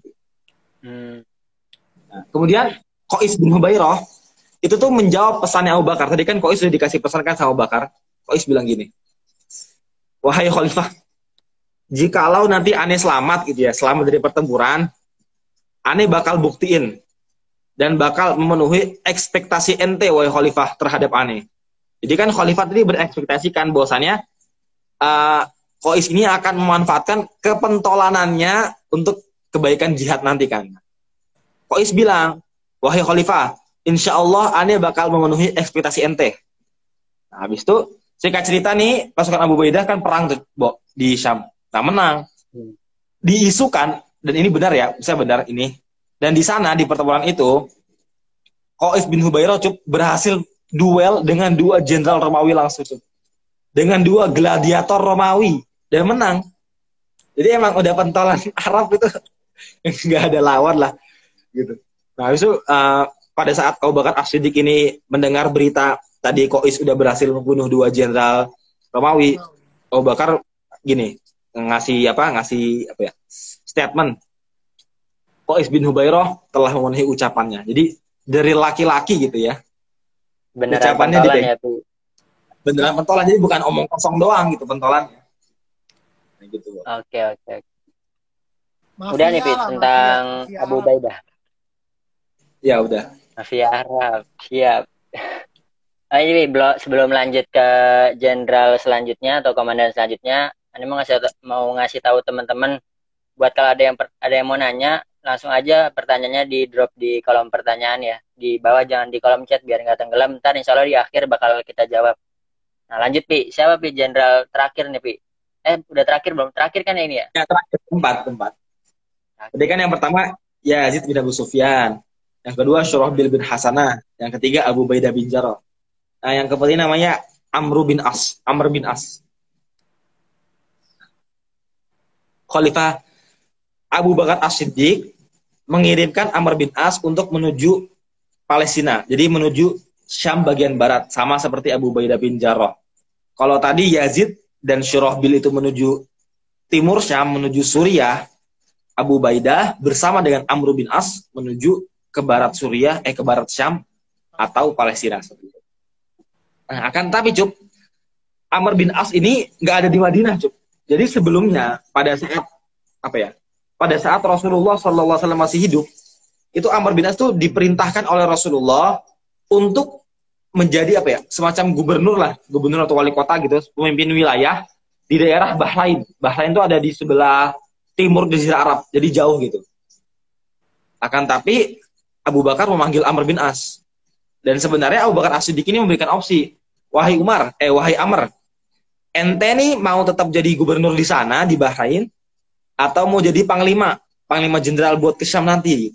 Hmm. Nah, kemudian Qais bin Hubairah itu tuh menjawab pesannya Abu Bakar. Tadi kan Qais sudah dikasih pesan kan sama Abu Bakar. Qais bilang gini, wahai Khalifah, jikalau nanti aneh selamat gitu ya, selamat dari pertempuran, aneh bakal buktiin dan bakal memenuhi ekspektasi ente, wahai Khalifah, terhadap aneh. Jadi kan Khalifah tadi berekspektasikan bahwasannya uh, Qais ini akan memanfaatkan kepentolanannya untuk kebaikan jihad nanti kan. Qais bilang, wahai Khalifah, insya Allah aneh bakal memenuhi ekspektasi ente. Nah, habis itu singkat cerita nih, pasukan Abu Ubaidah kan perang tuh, Bo, di Syam. Nah, menang. Diisukan, dan ini benar ya, bisa benar ini. Dan di sana, di pertempuran itu, Qais bin Hubairah berhasil duel dengan dua jenderal Romawi langsung. Cup. Dengan dua gladiator Romawi. Dan menang. Jadi emang udah pentolan Arab itu, nggak ada lawan lah. Gitu. Nah, habis itu, uh, pada saat Abu Bakar As-Siddiq ini mendengar berita, tadi Qais sudah berhasil membunuh dua jenderal Romawi, Abu Bakar gini ngasih apa ngasih apa ya statement. Qais bin Hubairah telah memenuhi ucapannya. Jadi dari laki-laki gitu ya. Beneran ucapannya pentolan dipegang. ya, Pi. Beneran pentolan, jadi bukan omong kosong doang gitu pentolannya. Nah, gitu. Oke, oke. Mafia Udah nih, Pi, lah, tentang mafia, mafia Abu Arab. Ubaidah. Ya udah. Mafia Arab, siap. Oh, ini Pi, belum sebelum lanjut ke jenderal selanjutnya atau komandan selanjutnya, ini mau ngasih mau ngasih tahu teman-teman buat kalau ada yang per, ada yang mau nanya, langsung aja pertanyaannya di drop di kolom pertanyaan ya. Di bawah, jangan di kolom chat biar nggak tenggelam. Ntar insya Allah di akhir bakal kita jawab. Nah lanjut, Pi. Siapa, Pi, jenderal terakhir nih, Pi? Eh, udah terakhir belum? Terakhir kan ya ini ya? Ya terakhir tempat tempat. Jadi kan yang pertama Yazid bin Abu Sufyan, yang kedua Syurahbil bin Hasanah, yang ketiga Abu Ubaidah bin Jarrah. Nah, yang keempat ini namanya Amr bin As, Amr bin As. Khalifah Abu Bakar As-Siddiq mengirimkan Amr bin As untuk menuju Palestina. Jadi menuju Syam bagian barat, sama seperti Abu Ubaidah bin Jarrah. Kalau tadi Yazid dan Syurahbil itu menuju timur Syam, menuju Suriah, Abu Ubaidah bersama dengan Amr bin As menuju ke barat Suriah, eh ke barat Syam atau Palestina. Nah, akan tapi Cup, Amr bin As ini nggak ada di Madinah, Cup. Jadi sebelumnya pada saat apa ya? Pada saat Rasulullah shallallahu alaihi wasallam masih hidup, itu Amr bin As itu diperintahkan oleh Rasulullah untuk menjadi apa ya? Semacam gubernur lah, gubernur atau wali kota gitu, pemimpin wilayah di daerah Bahrain. Bahrain itu ada di sebelah timur Jazirah Arab, jadi jauh gitu. Akan tapi Abu Bakar memanggil Amr bin As. Dan sebenarnya Abu Bakar As-Siddiq ini memberikan opsi, wahai Umar, eh wahai Amr, ente nih mau tetap jadi gubernur di sana di Bahrain atau mau jadi panglima, panglima jenderal buat ke Syam nanti.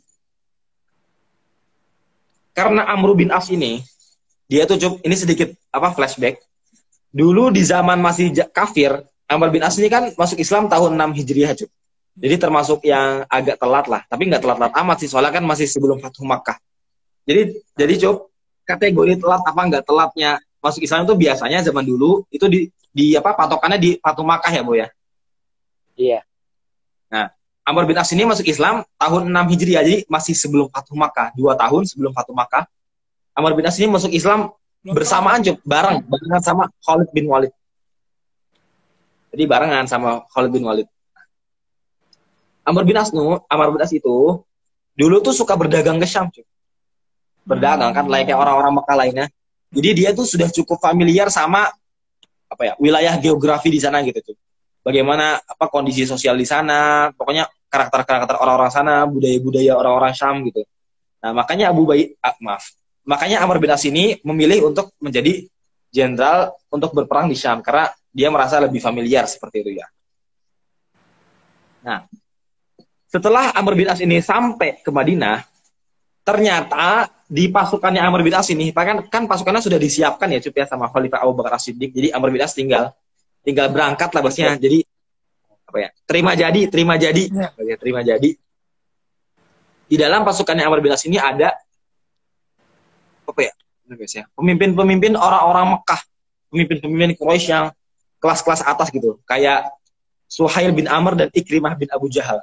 Karena Amr bin As ini, dia tuh Cup, ini sedikit apa flashback. Dulu di zaman masih kafir, Amr bin As ini kan masuk Islam tahun enam Hijriah, Cup. Jadi termasuk yang agak telat lah, tapi nggak telat-telat amat sih, soalnya kan masih sebelum Fathu Makkah. Jadi, jadi Cup, kategori telat apa nggak telatnya masuk Islam itu biasanya zaman dulu itu di, di apa patokannya di Fathu Makkah ya, Bu ya. Iya. Nah, Amr bin As ini masuk Islam tahun enam Hijriah, jadi masih sebelum Fathu Makkah, dua tahun sebelum Fathu Makkah. Amr bin As ini masuk Islam Belum bersamaan, Cup, bareng, barengan sama Khalid bin Walid. Jadi barengan sama Khalid bin Walid. Amr bin As, Amr bin As itu dulu tuh suka berdagang ke Syam, Cup. Berdagang kan layaknya orang-orang Mekah lainnya. Jadi dia tuh sudah cukup familiar sama apa ya, wilayah geografi di sana gitu, Cup. Bagaimana apa kondisi sosial di sana, pokoknya karakter-karakter orang-orang sana, budaya-budaya orang-orang Syam gitu. Nah, makanya Abu Baid, ah, maaf. Makanya Amr bin As ini memilih untuk menjadi jenderal untuk berperang di Syam karena dia merasa lebih familiar seperti itu ya. Nah, setelah Amr bin As ini sampai ke Madinah, ternyata di pasukannya Amr bin As ini, kan, kan pasukannya sudah disiapkan ya, Cup ya, sama Khalifah Abu Bakar As-Siddiq. Jadi Amr bin As tinggal tinggal berangkat lah bosnya. Jadi apa ya? Terima jadi, terima jadi, ya. terima jadi. Di dalam pasukannya Amr bin As ini ada apa ya? Pemimpin-pemimpin orang-orang Mekah, pemimpin-pemimpin Quraisy yang kelas-kelas atas gitu, kayak Suhail bin Amr dan Ikrimah bin Abu Jahal.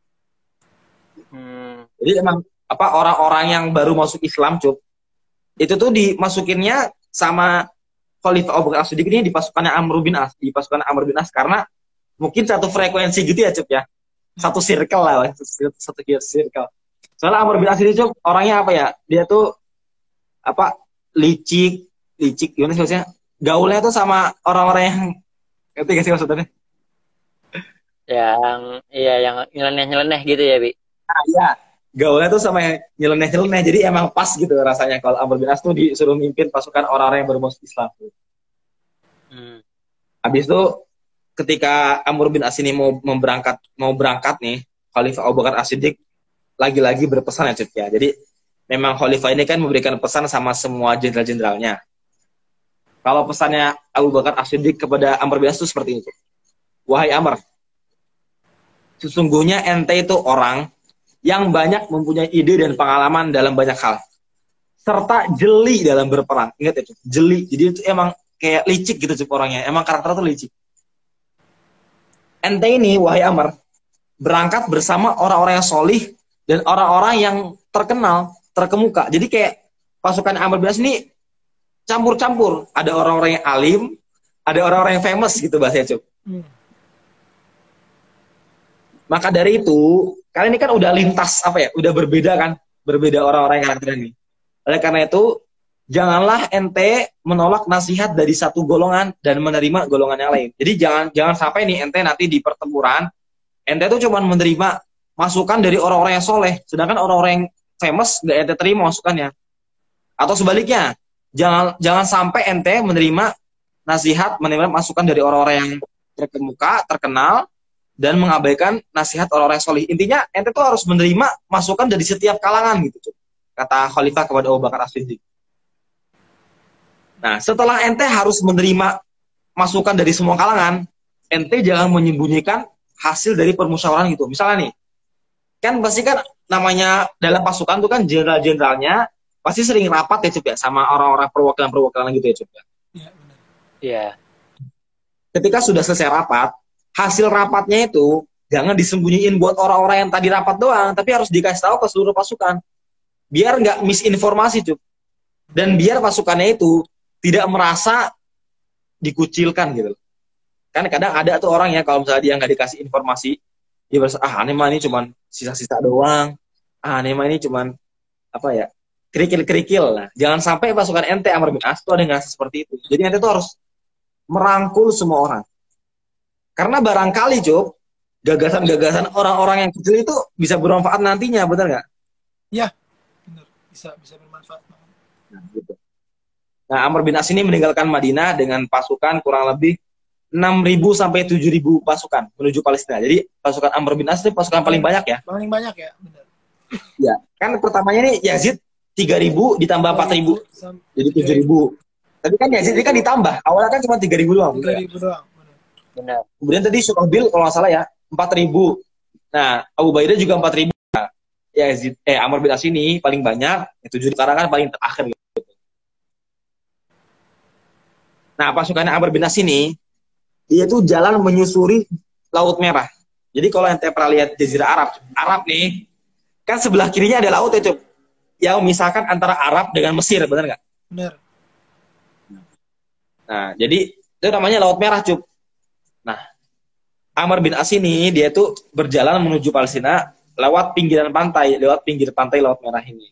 Hmm. Jadi emang apa orang-orang yang baru masuk Islam, Cup, itu tuh dimasukinnya sama Khalifah Abu Bakar As-Siddiq ini di pasukannya Amr bin As, di pasukan Amr bin As karena mungkin satu frekuensi gitu ya, Cup ya, satu circle lah, satu, satu circle. Soalnya Amr bin As ini, Cup, orangnya apa ya? Dia tuh apa licik, licik gimana sih maksudnya? Gaulnya tuh sama orang-orang yang ngerti gak sih maksudnya? Yang iya yang nyeleneh-nyeleneh gitu ya, Bi. Nah, iya. Gaulnya tuh sama yang nyeleneh-nyeleneh, jadi emang pas gitu rasanya kalau Amr bin As tuh disuruh mimpin pasukan orang-orang yang baru masuk Islam. Hmm. Habis itu ketika Amr bin As ini mau berangkat mau berangkat nih, Khalifah Abu Bakar As-Siddiq lagi-lagi berpesan ya, Cip ya. Jadi memang Khalifah ini kan memberikan pesan sama semua jenderal-jenderalnya. Kalau pesannya Abu Bakar As-Siddiq kepada Amr bin As itu seperti itu. Wahai Amr, sesungguhnya ente itu orang yang banyak mempunyai ide dan pengalaman dalam banyak hal, serta jeli dalam berperang. Ingat ya, Cup, jeli. Jadi itu emang kayak licik gitu, Cup, orangnya. Emang karakter tuh licik. Ente ini, wahai Amr, berangkat bersama orang-orang yang solih dan orang-orang yang terkenal, terkemuka. Jadi kayak pasukan Amr bin As ini campur-campur. Ada orang-orang yang alim, ada orang-orang yang famous gitu bahasanya, Cuk. Hmm. Maka dari itu, kalian ini kan udah lintas apa ya? Udah berbeda kan? Berbeda orang-orang yang karakter ini. Oleh karena itu, janganlah ente menolak nasihat dari satu golongan dan menerima golongan yang lain. Jadi jangan jangan sampai nih ente nanti di pertempuran, ente tuh cuma menerima masukan dari orang-orang yang soleh, sedangkan orang-orang yang famous gak ente terima masukannya. Atau sebaliknya, jangan jangan sampai ente menerima nasihat, menerima masukan dari orang-orang yang terkemuka, terkenal, dan mengabaikan nasihat orang-orang yang soleh. Intinya ente tuh harus menerima masukan dari setiap kalangan gitu, kata Khalifah kepada Abu Bakar As-Siddiq. Nah, setelah ente harus menerima masukan dari semua kalangan, ente jangan menyembunyikan hasil dari permusyawaratan gitu. Misalnya nih, kan pasti kan namanya dalam pasukan tuh kan jenderal-jenderalnya pasti sering rapat ya, Cep ya, sama orang-orang perwakilan-perwakilan gitu ya, Cep ya. Iya, benar. Iya. Ketika sudah selesai rapat, hasil rapatnya itu jangan disembunyiin buat orang-orang yang tadi rapat doang, tapi harus dikasih tahu ke seluruh pasukan. Biar nggak misinformasi, Cep. Dan biar pasukannya itu tidak merasa dikucilkan gitu. Kan kadang ada tuh orang ya, kalau misalnya dia nggak dikasih informasi, dia berasa, ah aneh mah ini cuman sisa-sisa doang, ah aneh mah ini cuman apa ya, kerikil-kerikil. Nah, jangan sampai pasukan ente Amr bin As tuh ada ngerasa seperti itu. Jadi ente tuh harus merangkul semua orang. Karena barangkali, Cuk, gagasan-gagasan orang-orang yang kecil itu bisa bermanfaat nantinya, benar nggak? Ya, benar. Bisa bisa bermanfaat. Nah, gitu. Nah, Amr bin As ini meninggalkan Madinah dengan pasukan kurang lebih enam ribu sampai tujuh ribu pasukan menuju Palestina. Jadi pasukan Amr bin As ini pasukan paling banyak ya. Paling banyak ya, benar. Ya, kan pertamanya nih Yazid tiga ribu ditambah empat ribu. Jadi tujuh ribu. Tapi kan Yazid ini kan ditambah. Awalnya kan cuma tiga ribu doang. tiga ribu doang. Benar. Kemudian tadi Syukabil kalau nggak salah ya, empat ribu. Nah, Abu Ubaidah juga empat ribu. Nah, Yazid, eh Amr bin As ini paling banyak, tujuh sekarang kan paling terakhir gitu. Nah, pasukannya Amr bin As ini, dia tuh jalan menyusuri Laut Merah. Jadi kalau ente pernah lihat Jazirah Arab, Arab nih, kan sebelah kirinya ada laut ya, Cuk. Yang misalkan antara Arab dengan Mesir, benar nggak? Benar. Nah, jadi itu namanya Laut Merah, Cuk. Nah, Amr bin As ini, dia tuh berjalan menuju Palestina lewat pinggiran pantai, lewat pinggir pantai Laut Merah ini.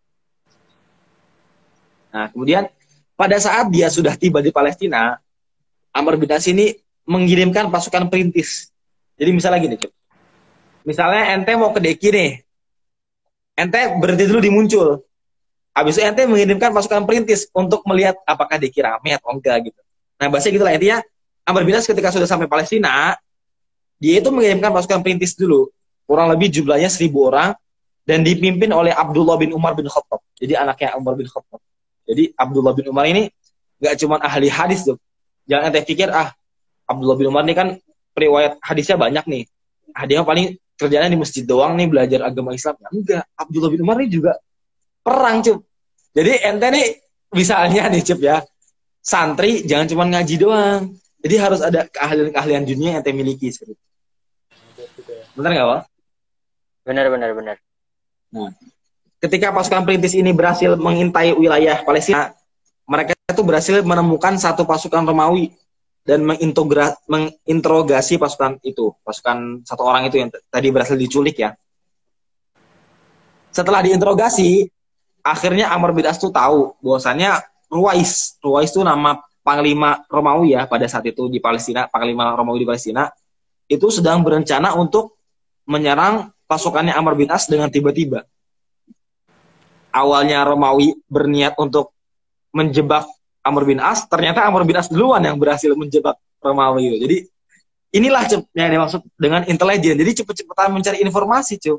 Nah, kemudian pada saat dia sudah tiba di Palestina, Amr bin As ini mengirimkan pasukan perintis. Jadi misalnya gini, Cuk. Misalnya ente mau ke Deki nih. Ente berhenti dulu di Muncul. Habis itu ente mengirimkan pasukan perintis untuk melihat apakah Deki rame atau enggak gitu. Nah, bahasanya gitulah intinya. Amr bin As ketika sudah sampai Palestina, dia itu mengirimkan pasukan perintis dulu. Kurang lebih jumlahnya seribu orang dan dipimpin oleh Abdullah bin Umar bin Khattab. Jadi anaknya Umar bin Khattab. Jadi Abdullah bin Umar ini nggak cuma ahli hadis tuh. Jangan ente pikir, ah Abdullah bin Umar ini kan periwayat hadisnya banyak nih. Ah dia paling kerjanya di masjid doang nih, belajar agama Islam. Ya, enggak, Abdullah bin Umar ini juga perang, Cup. Jadi ente nih misalnya nih, Cup ya, santri jangan cuma ngaji doang. Jadi harus ada keahlian-keahlian dunia yang ente miliki. Benar nggak, Pak? Benar, benar, benar. Nah, ketika pasukan perintis ini berhasil mengintai wilayah Palestina, mereka itu berhasil menemukan satu pasukan Romawi dan menginterogasi pasukan itu, pasukan satu orang itu yang tadi berhasil diculik ya. Setelah diinterogasi, akhirnya Amr bin As tuh tahu bahwasannya Ruwais, Ruwais itu nama panglima Romawi ya pada saat itu di Palestina, panglima Romawi di Palestina itu sedang berencana untuk menyerang pasukannya Amr bin As dengan tiba-tiba. Awalnya Romawi berniat untuk menjebak Amr bin As, ternyata Amr bin As duluan yang berhasil menjebak Romawi. Jadi inilah yang dimaksud dengan intelijen. Jadi cepet-cepetan mencari informasi, Cuk.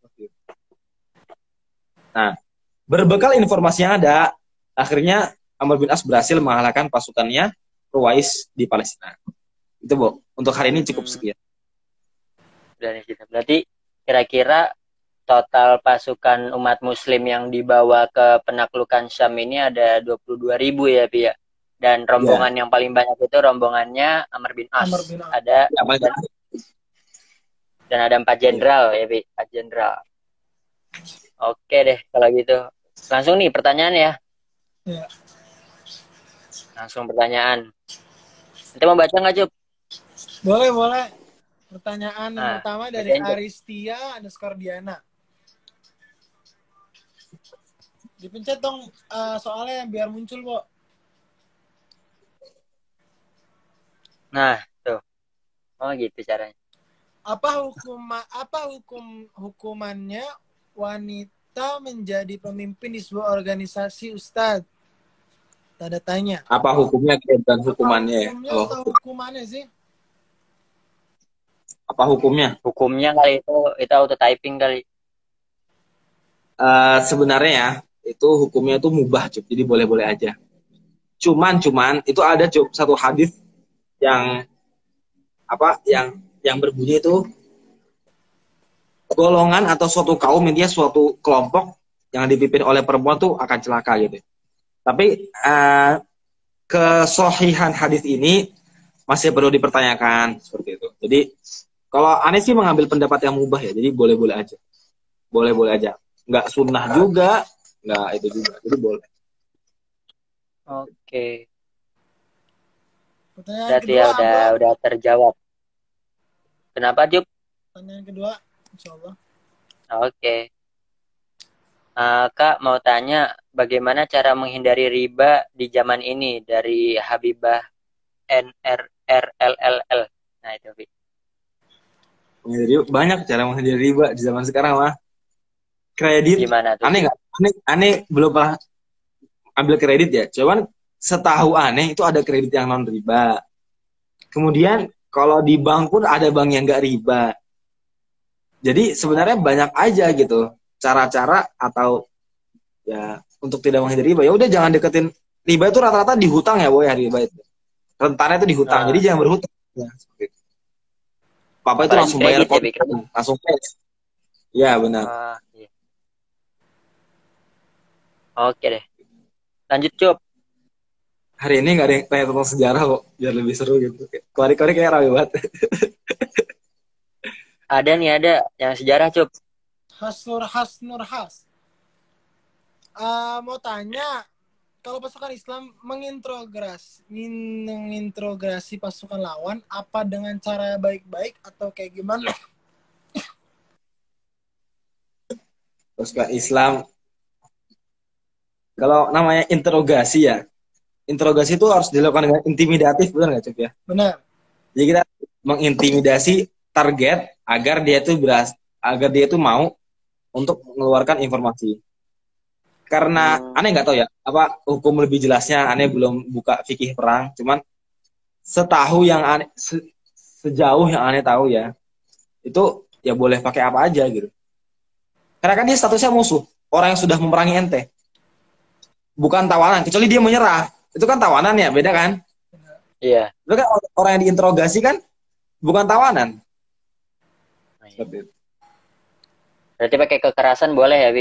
Nah, berbekal informasi yang ada, akhirnya Amr bin As berhasil mengalahkan pasukannya Ruwais di Palestina. Itu, Bu. Untuk hari ini cukup sekian. Dan berarti kira-kira total pasukan umat muslim yang dibawa ke penaklukan Syam ini ada dua puluh dua ribu ya, Pi ya. Dan rombongan ya. Yang paling banyak itu rombongannya Amr bin As. Amr bin As. Ada ya, dan, dan ada empat jenderal ya, Pi, empat jenderal. Oke deh kalau gitu. Langsung nih pertanyaan ya. Ya. Langsung pertanyaan. Nanti mau baca nggak, Cup? Boleh, boleh. Pertanyaan yang Nah, pertama dari bacain, Cup. Aristia underscore Diana. Dipencet dong uh, soalnya biar muncul, Bo. Nah, tuh. Oh gitu caranya. Apa hukum apa hukum hukumannya wanita menjadi pemimpin di sebuah organisasi, Ustadz? Tanda tanya. Apa hukumnya dan hukumannya ya? Apa hukumnya Kalau atau hukum. hukumannya sih? Apa hukumnya? Hukumnya kali itu itu auto typing kali. Uh, sebenarnya ya, itu hukumnya itu mubah, Cup. Jadi boleh-boleh aja. Cuman, cuman itu ada, Cup, satu hadis yang apa? Yang yang berbunyi itu golongan atau suatu kaum, intinya suatu kelompok yang dipimpin oleh perempuan tuh akan celaka gitu. Tapi uh, kesohihan hadis ini masih perlu dipertanyakan seperti itu. Jadi kalau aneh sih mengambil pendapat yang mubah ya, jadi boleh-boleh aja, boleh-boleh aja, nggak sunnah juga, nggak itu juga, jadi boleh. Oke. Pertanyaan Berarti kedua, ya udah Bro. udah terjawab. Kenapa, Jup? Pertanyaan kedua, insya Allah. Oke. Uh, Kak mau tanya bagaimana cara menghindari riba di zaman ini dari Habibah N R R L L L. Nah itu, Bi. Menghindari banyak cara menghindari riba di zaman sekarang mah. Kredit, gimana tuh? Aneh nggak? Aneh, aneh belum pernah ambil kredit ya. Cuman setahu aneh itu ada kredit yang non riba. Kemudian kalau di bank pun ada bank yang nggak riba. Jadi sebenarnya banyak aja gitu cara-cara atau ya untuk tidak menghindari riba. Ya udah jangan deketin riba itu rata-rata di hutang ya, boy, ya riba itu. Rentannya itu di hutang. Nah. Jadi jangan berhutang. Ya, seperti itu. Papa itu langsung bayar kredit, ya, langsung cash. Ya benar. Ah, iya. Oke deh. Lanjut, Cup. Hari ini nggak ada yang tanya tentang sejarah kok, biar lebih seru gitu. Kemarin-kemarin kayak rame banget. Ada nih, ada yang sejarah, Cup. Hasnur Has Nur Has. Uh, mau tanya, kalau pasukan Islam mengintrogasi, mengintrogasi pasukan lawan, apa dengan cara baik-baik atau kayak gimana? Pasukan Islam, kalau namanya interogasi ya, interogasi itu harus dilakukan dengan intimidatif, benar nggak, Cup ya? Benar. Jadi kita mengintimidasi target agar dia tuh beras, agar dia tuh mau untuk mengeluarkan informasi. Karena hmm. aneh nggak tahu ya, apa hukum lebih jelasnya, aneh belum buka fikih perang, cuman setahu yang aneh, se, sejauh yang aneh tahu ya, itu ya boleh pakai apa aja gitu. Karena kan dia statusnya musuh, orang yang sudah memerangi ente. Bukan tawanan, kecuali dia menyerah. Itu kan tawanan ya, beda kan? Iya. Itu kan orang yang diinterogasi kan bukan tawanan. Seperti itu. Berarti pakai kekerasan boleh ya, Bi?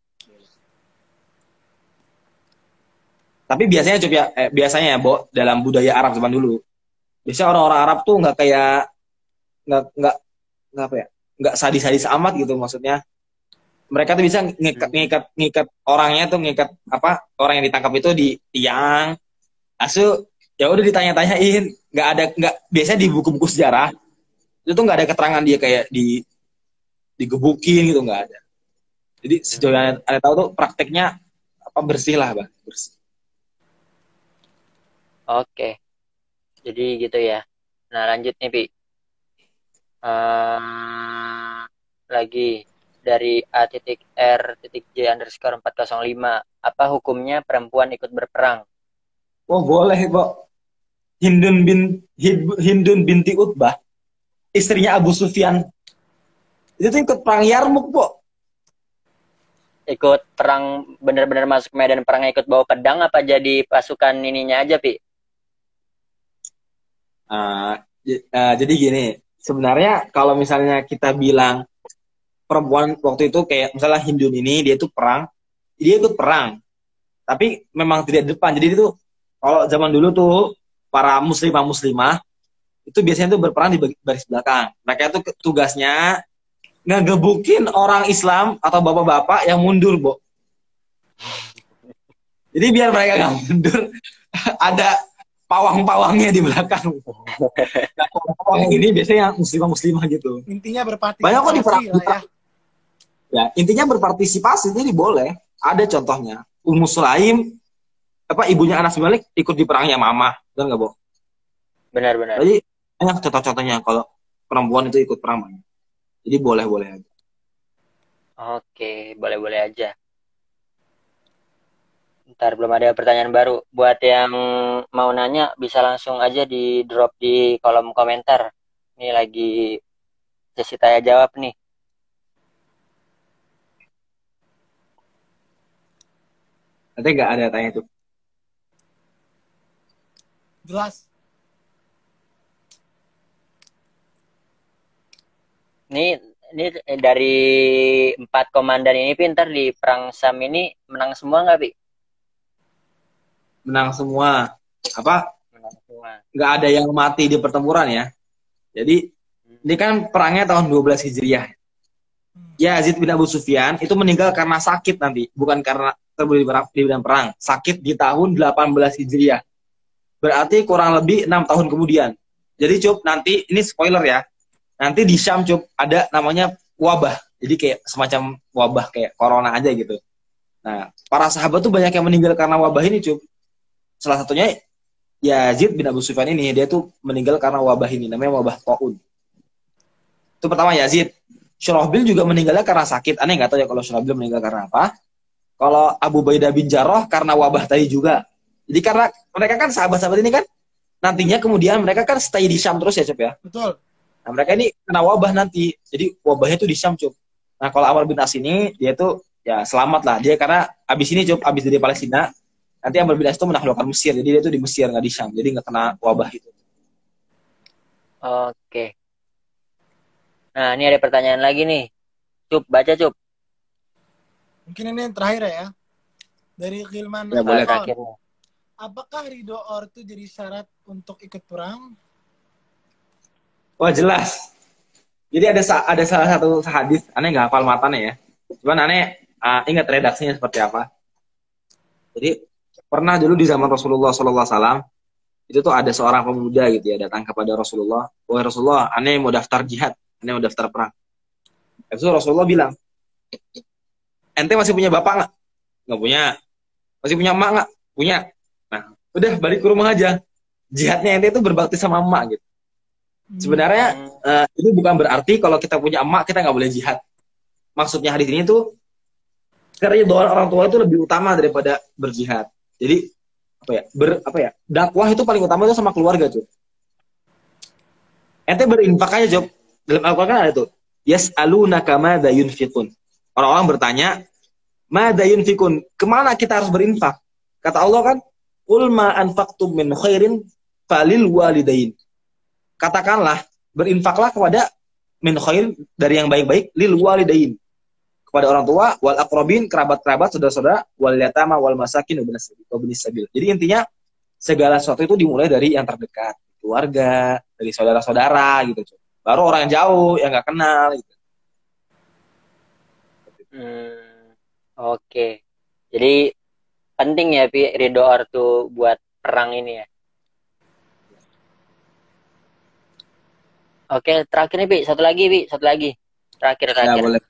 Tapi biasanya Cup ya, eh, biasanya ya, Bo, dalam budaya Arab zaman dulu. Biasanya orang-orang Arab tuh nggak kayak nggak nggak nggak apa ya, nggak sadis-sadis amat gitu maksudnya. Mereka tuh bisa ngikat ngikat ngikat orangnya tuh ngikat apa orang yang ditangkap itu di tiang, asu ya udah ditanya-tanyain, nggak ada nggak biasanya di buku-buku sejarah itu tuh nggak ada keterangan dia kayak di digebukin gitu, nggak ada. Jadi sejauh yang ada tahu tuh prakteknya apa bersih lah, Bang, bersih. Oke, jadi gitu ya. Nah lanjut nih, Pi. Uh, lagi dari A titik R titik J underscore empat nol lima. Apa hukumnya perempuan ikut berperang? Oh boleh, Pak. Hindun bin Hindun binti Utbah, istrinya Abu Sufyan, itu tuh ikut perang Yarmuk, Pak. Ikut perang bener-bener masuk medan perang, ikut bawa pedang apa jadi pasukan ininya aja, Pi? Uh, uh, jadi gini, sebenarnya kalau misalnya kita bilang perempuan waktu itu kayak misalnya Hindun ini dia tuh perang, dia ikut perang, tapi memang tidak di depan. Jadi itu kalau zaman dulu tuh para muslimah muslimah itu biasanya tuh berperang di baris belakang. Mereka tuh tugasnya ngegebukin orang Islam atau bapak-bapak yang mundur, Bo. Jadi biar mereka nggak mundur, ada pawang-pawangnya di belakang. Nah, pawang ini biasanya muslimah-muslimah gitu. Intinya berpartisipasi banyak kok di lah ya. Ya, intinya berpartisipasi, jadi boleh. Ada contohnya. Ummu Sulaim, apa ibunya Anas bin Malik ikut di perangnya Mama, benar nggak, Bo? Benar-benar. Jadi banyak contoh-contohnya kalau perempuan itu ikut perang. Jadi boleh-boleh aja. Oke, boleh-boleh aja. Ntar belum ada pertanyaan baru. Buat yang mau nanya bisa langsung aja di drop di kolom komentar. Ini lagi sesi tanya jawab nih. Nanti nggak ada tanya itu. Jelas. Ini ini dari empat komandan ini pintar di perang Sam ini menang semua nggak, Pi? Menang semua. Apa? Menang semua. Nggak ada yang mati di pertempuran ya. Jadi hmm. ini kan perangnya tahun dua belas Hijriah. Yazid bin Abu Sufyan itu meninggal karena sakit nanti, bukan karena terbunuh di medan perang. Sakit di tahun delapan belas Hijriah. Berarti kurang lebih enam tahun kemudian. Jadi Cup, nanti ini spoiler ya. Nanti di Syam, Cup, ada namanya wabah. Jadi kayak semacam wabah kayak corona aja gitu. Nah, para sahabat tuh banyak yang meninggal karena wabah ini, Cup. Salah satunya Yazid bin Abu Sufyan ini, dia tuh meninggal karena wabah ini, namanya wabah Taun. Itu pertama Yazid. Syurahbil juga meninggalnya karena sakit. Aneh nggak tahu ya kalau Syurahbil meninggal karena apa. Kalau Abu Baidah bin Jarrah karena wabah tadi juga. Jadi karena mereka kan sahabat-sahabat ini kan nantinya kemudian mereka kan stay di Syam terus ya, Cup ya. Betul. Nah, mereka ini kena wabah nanti. Jadi wabahnya tuh di Syam, Cup. Nah, kalau Amr bin As ini dia tuh ya selamat lah. Dia karena abis ini, Cup, abis dari Palestina, nanti Amr bin As itu menaklukkan Mesir. Jadi dia tuh di Mesir, nggak di Syam. Jadi nggak kena wabah itu. Oke. Nah, ini ada pertanyaan lagi nih. Cup, baca, Cup. Mungkin ini yang terakhir ya. Dari Gilman. Ya, boleh. Terakhirnya. Apakah ridho ortu jadi syarat untuk ikut perang? Wah, jelas. Jadi ada ada salah satu hadis, aneh nggak hafal matanya ya. Cuman aneh uh, ingat redaksinya seperti apa. Jadi pernah dulu di zaman Rasulullah Sallallahu Alaihi Wasallam itu tuh ada seorang pemuda gitu ya datang kepada Rasulullah. Wahai Rasulullah, aneh mau daftar jihad, aneh mau daftar perang. Itu Rasulullah bilang, ente masih punya bapak nggak? Nggak punya. Masih punya emak nggak? Punya. Nah, udah balik ke rumah aja. Jihadnya ente itu berbakti sama emak gitu. Sebenarnya uh, ini bukan berarti kalau kita punya emak kita nggak boleh jihad. Maksudnya hadis ini tuh keridhaan orang tua itu lebih utama daripada berjihad. Jadi apa ya? Ber apa ya? Dakwah itu paling utama itu sama keluarga, Cup. Ente berinfak aja, Cup. Dalam Al-Qur'an kan ada tuh. Yas'alunaka madza yunfiqun. Orang-orang bertanya, madza yunfiqun? Kemana kita harus berinfak? Kata Allah kan, qul ma anfaqtum min khairin falil walidain. Katakanlah, berinfaklah kepada min khair dari yang baik-baik lil walidain, kepada orang tua, wal aqrabin, kerabat-kerabat, saudara-saudara, wal yatama wal masakin wa ibnis sabil. Jadi intinya segala sesuatu itu dimulai dari yang terdekat, keluarga, dari saudara-saudara gitu. Baru orang yang jauh yang nggak kenal gitu. Hmm, oke. Okay. Jadi penting ya, Pi, ridho ortu buat perang ini ya. Oke, terakhir nih, Pi. Satu lagi, Pi. Satu lagi. Terakhir, terakhir. Ya, boleh.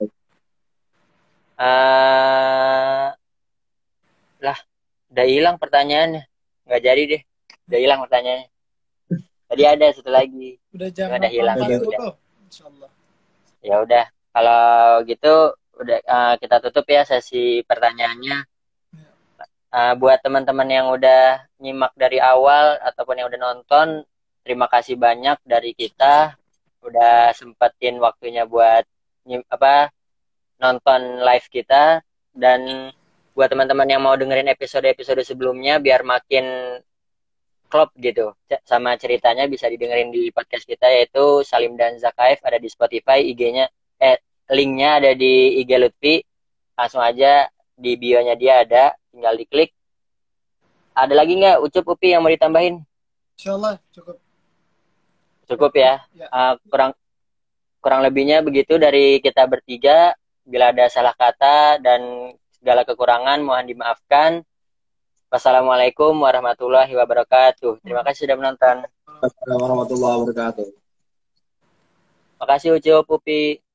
Uh, lah, udah hilang pertanyaannya. Nggak jadi deh. Udah hilang pertanyaannya. Tadi ada satu lagi. Udah jam ada hilang. Udah. Insyaallah. Ya udah. Kalau gitu, udah uh, kita tutup ya sesi pertanyaannya. Uh, buat teman-teman yang udah nyimak dari awal ataupun yang udah nonton, terima kasih banyak dari kita. Udah sempetin waktunya buat apa nonton live kita, dan buat teman-teman yang mau dengerin episode-episode sebelumnya biar makin klop gitu sama ceritanya, bisa didengerin di podcast kita yaitu Salim dan Zakaif, ada di Spotify. I G-nya eh linknya ada di I G Lutfi, langsung aja di bio-nya dia ada, tinggal diklik. Ada lagi nggak Ucup, Upi yang mau ditambahin? Insyaallah cukup. Cukup ya, ya. Uh, kurang kurang lebihnya begitu dari kita bertiga. Bila ada salah kata dan segala kekurangan mohon dimaafkan. Wassalamualaikum warahmatullahi wabarakatuh. Terima kasih sudah menonton. Assalamualaikum warahmatullahi wabarakatuh. Makasih Ucup, Pupi.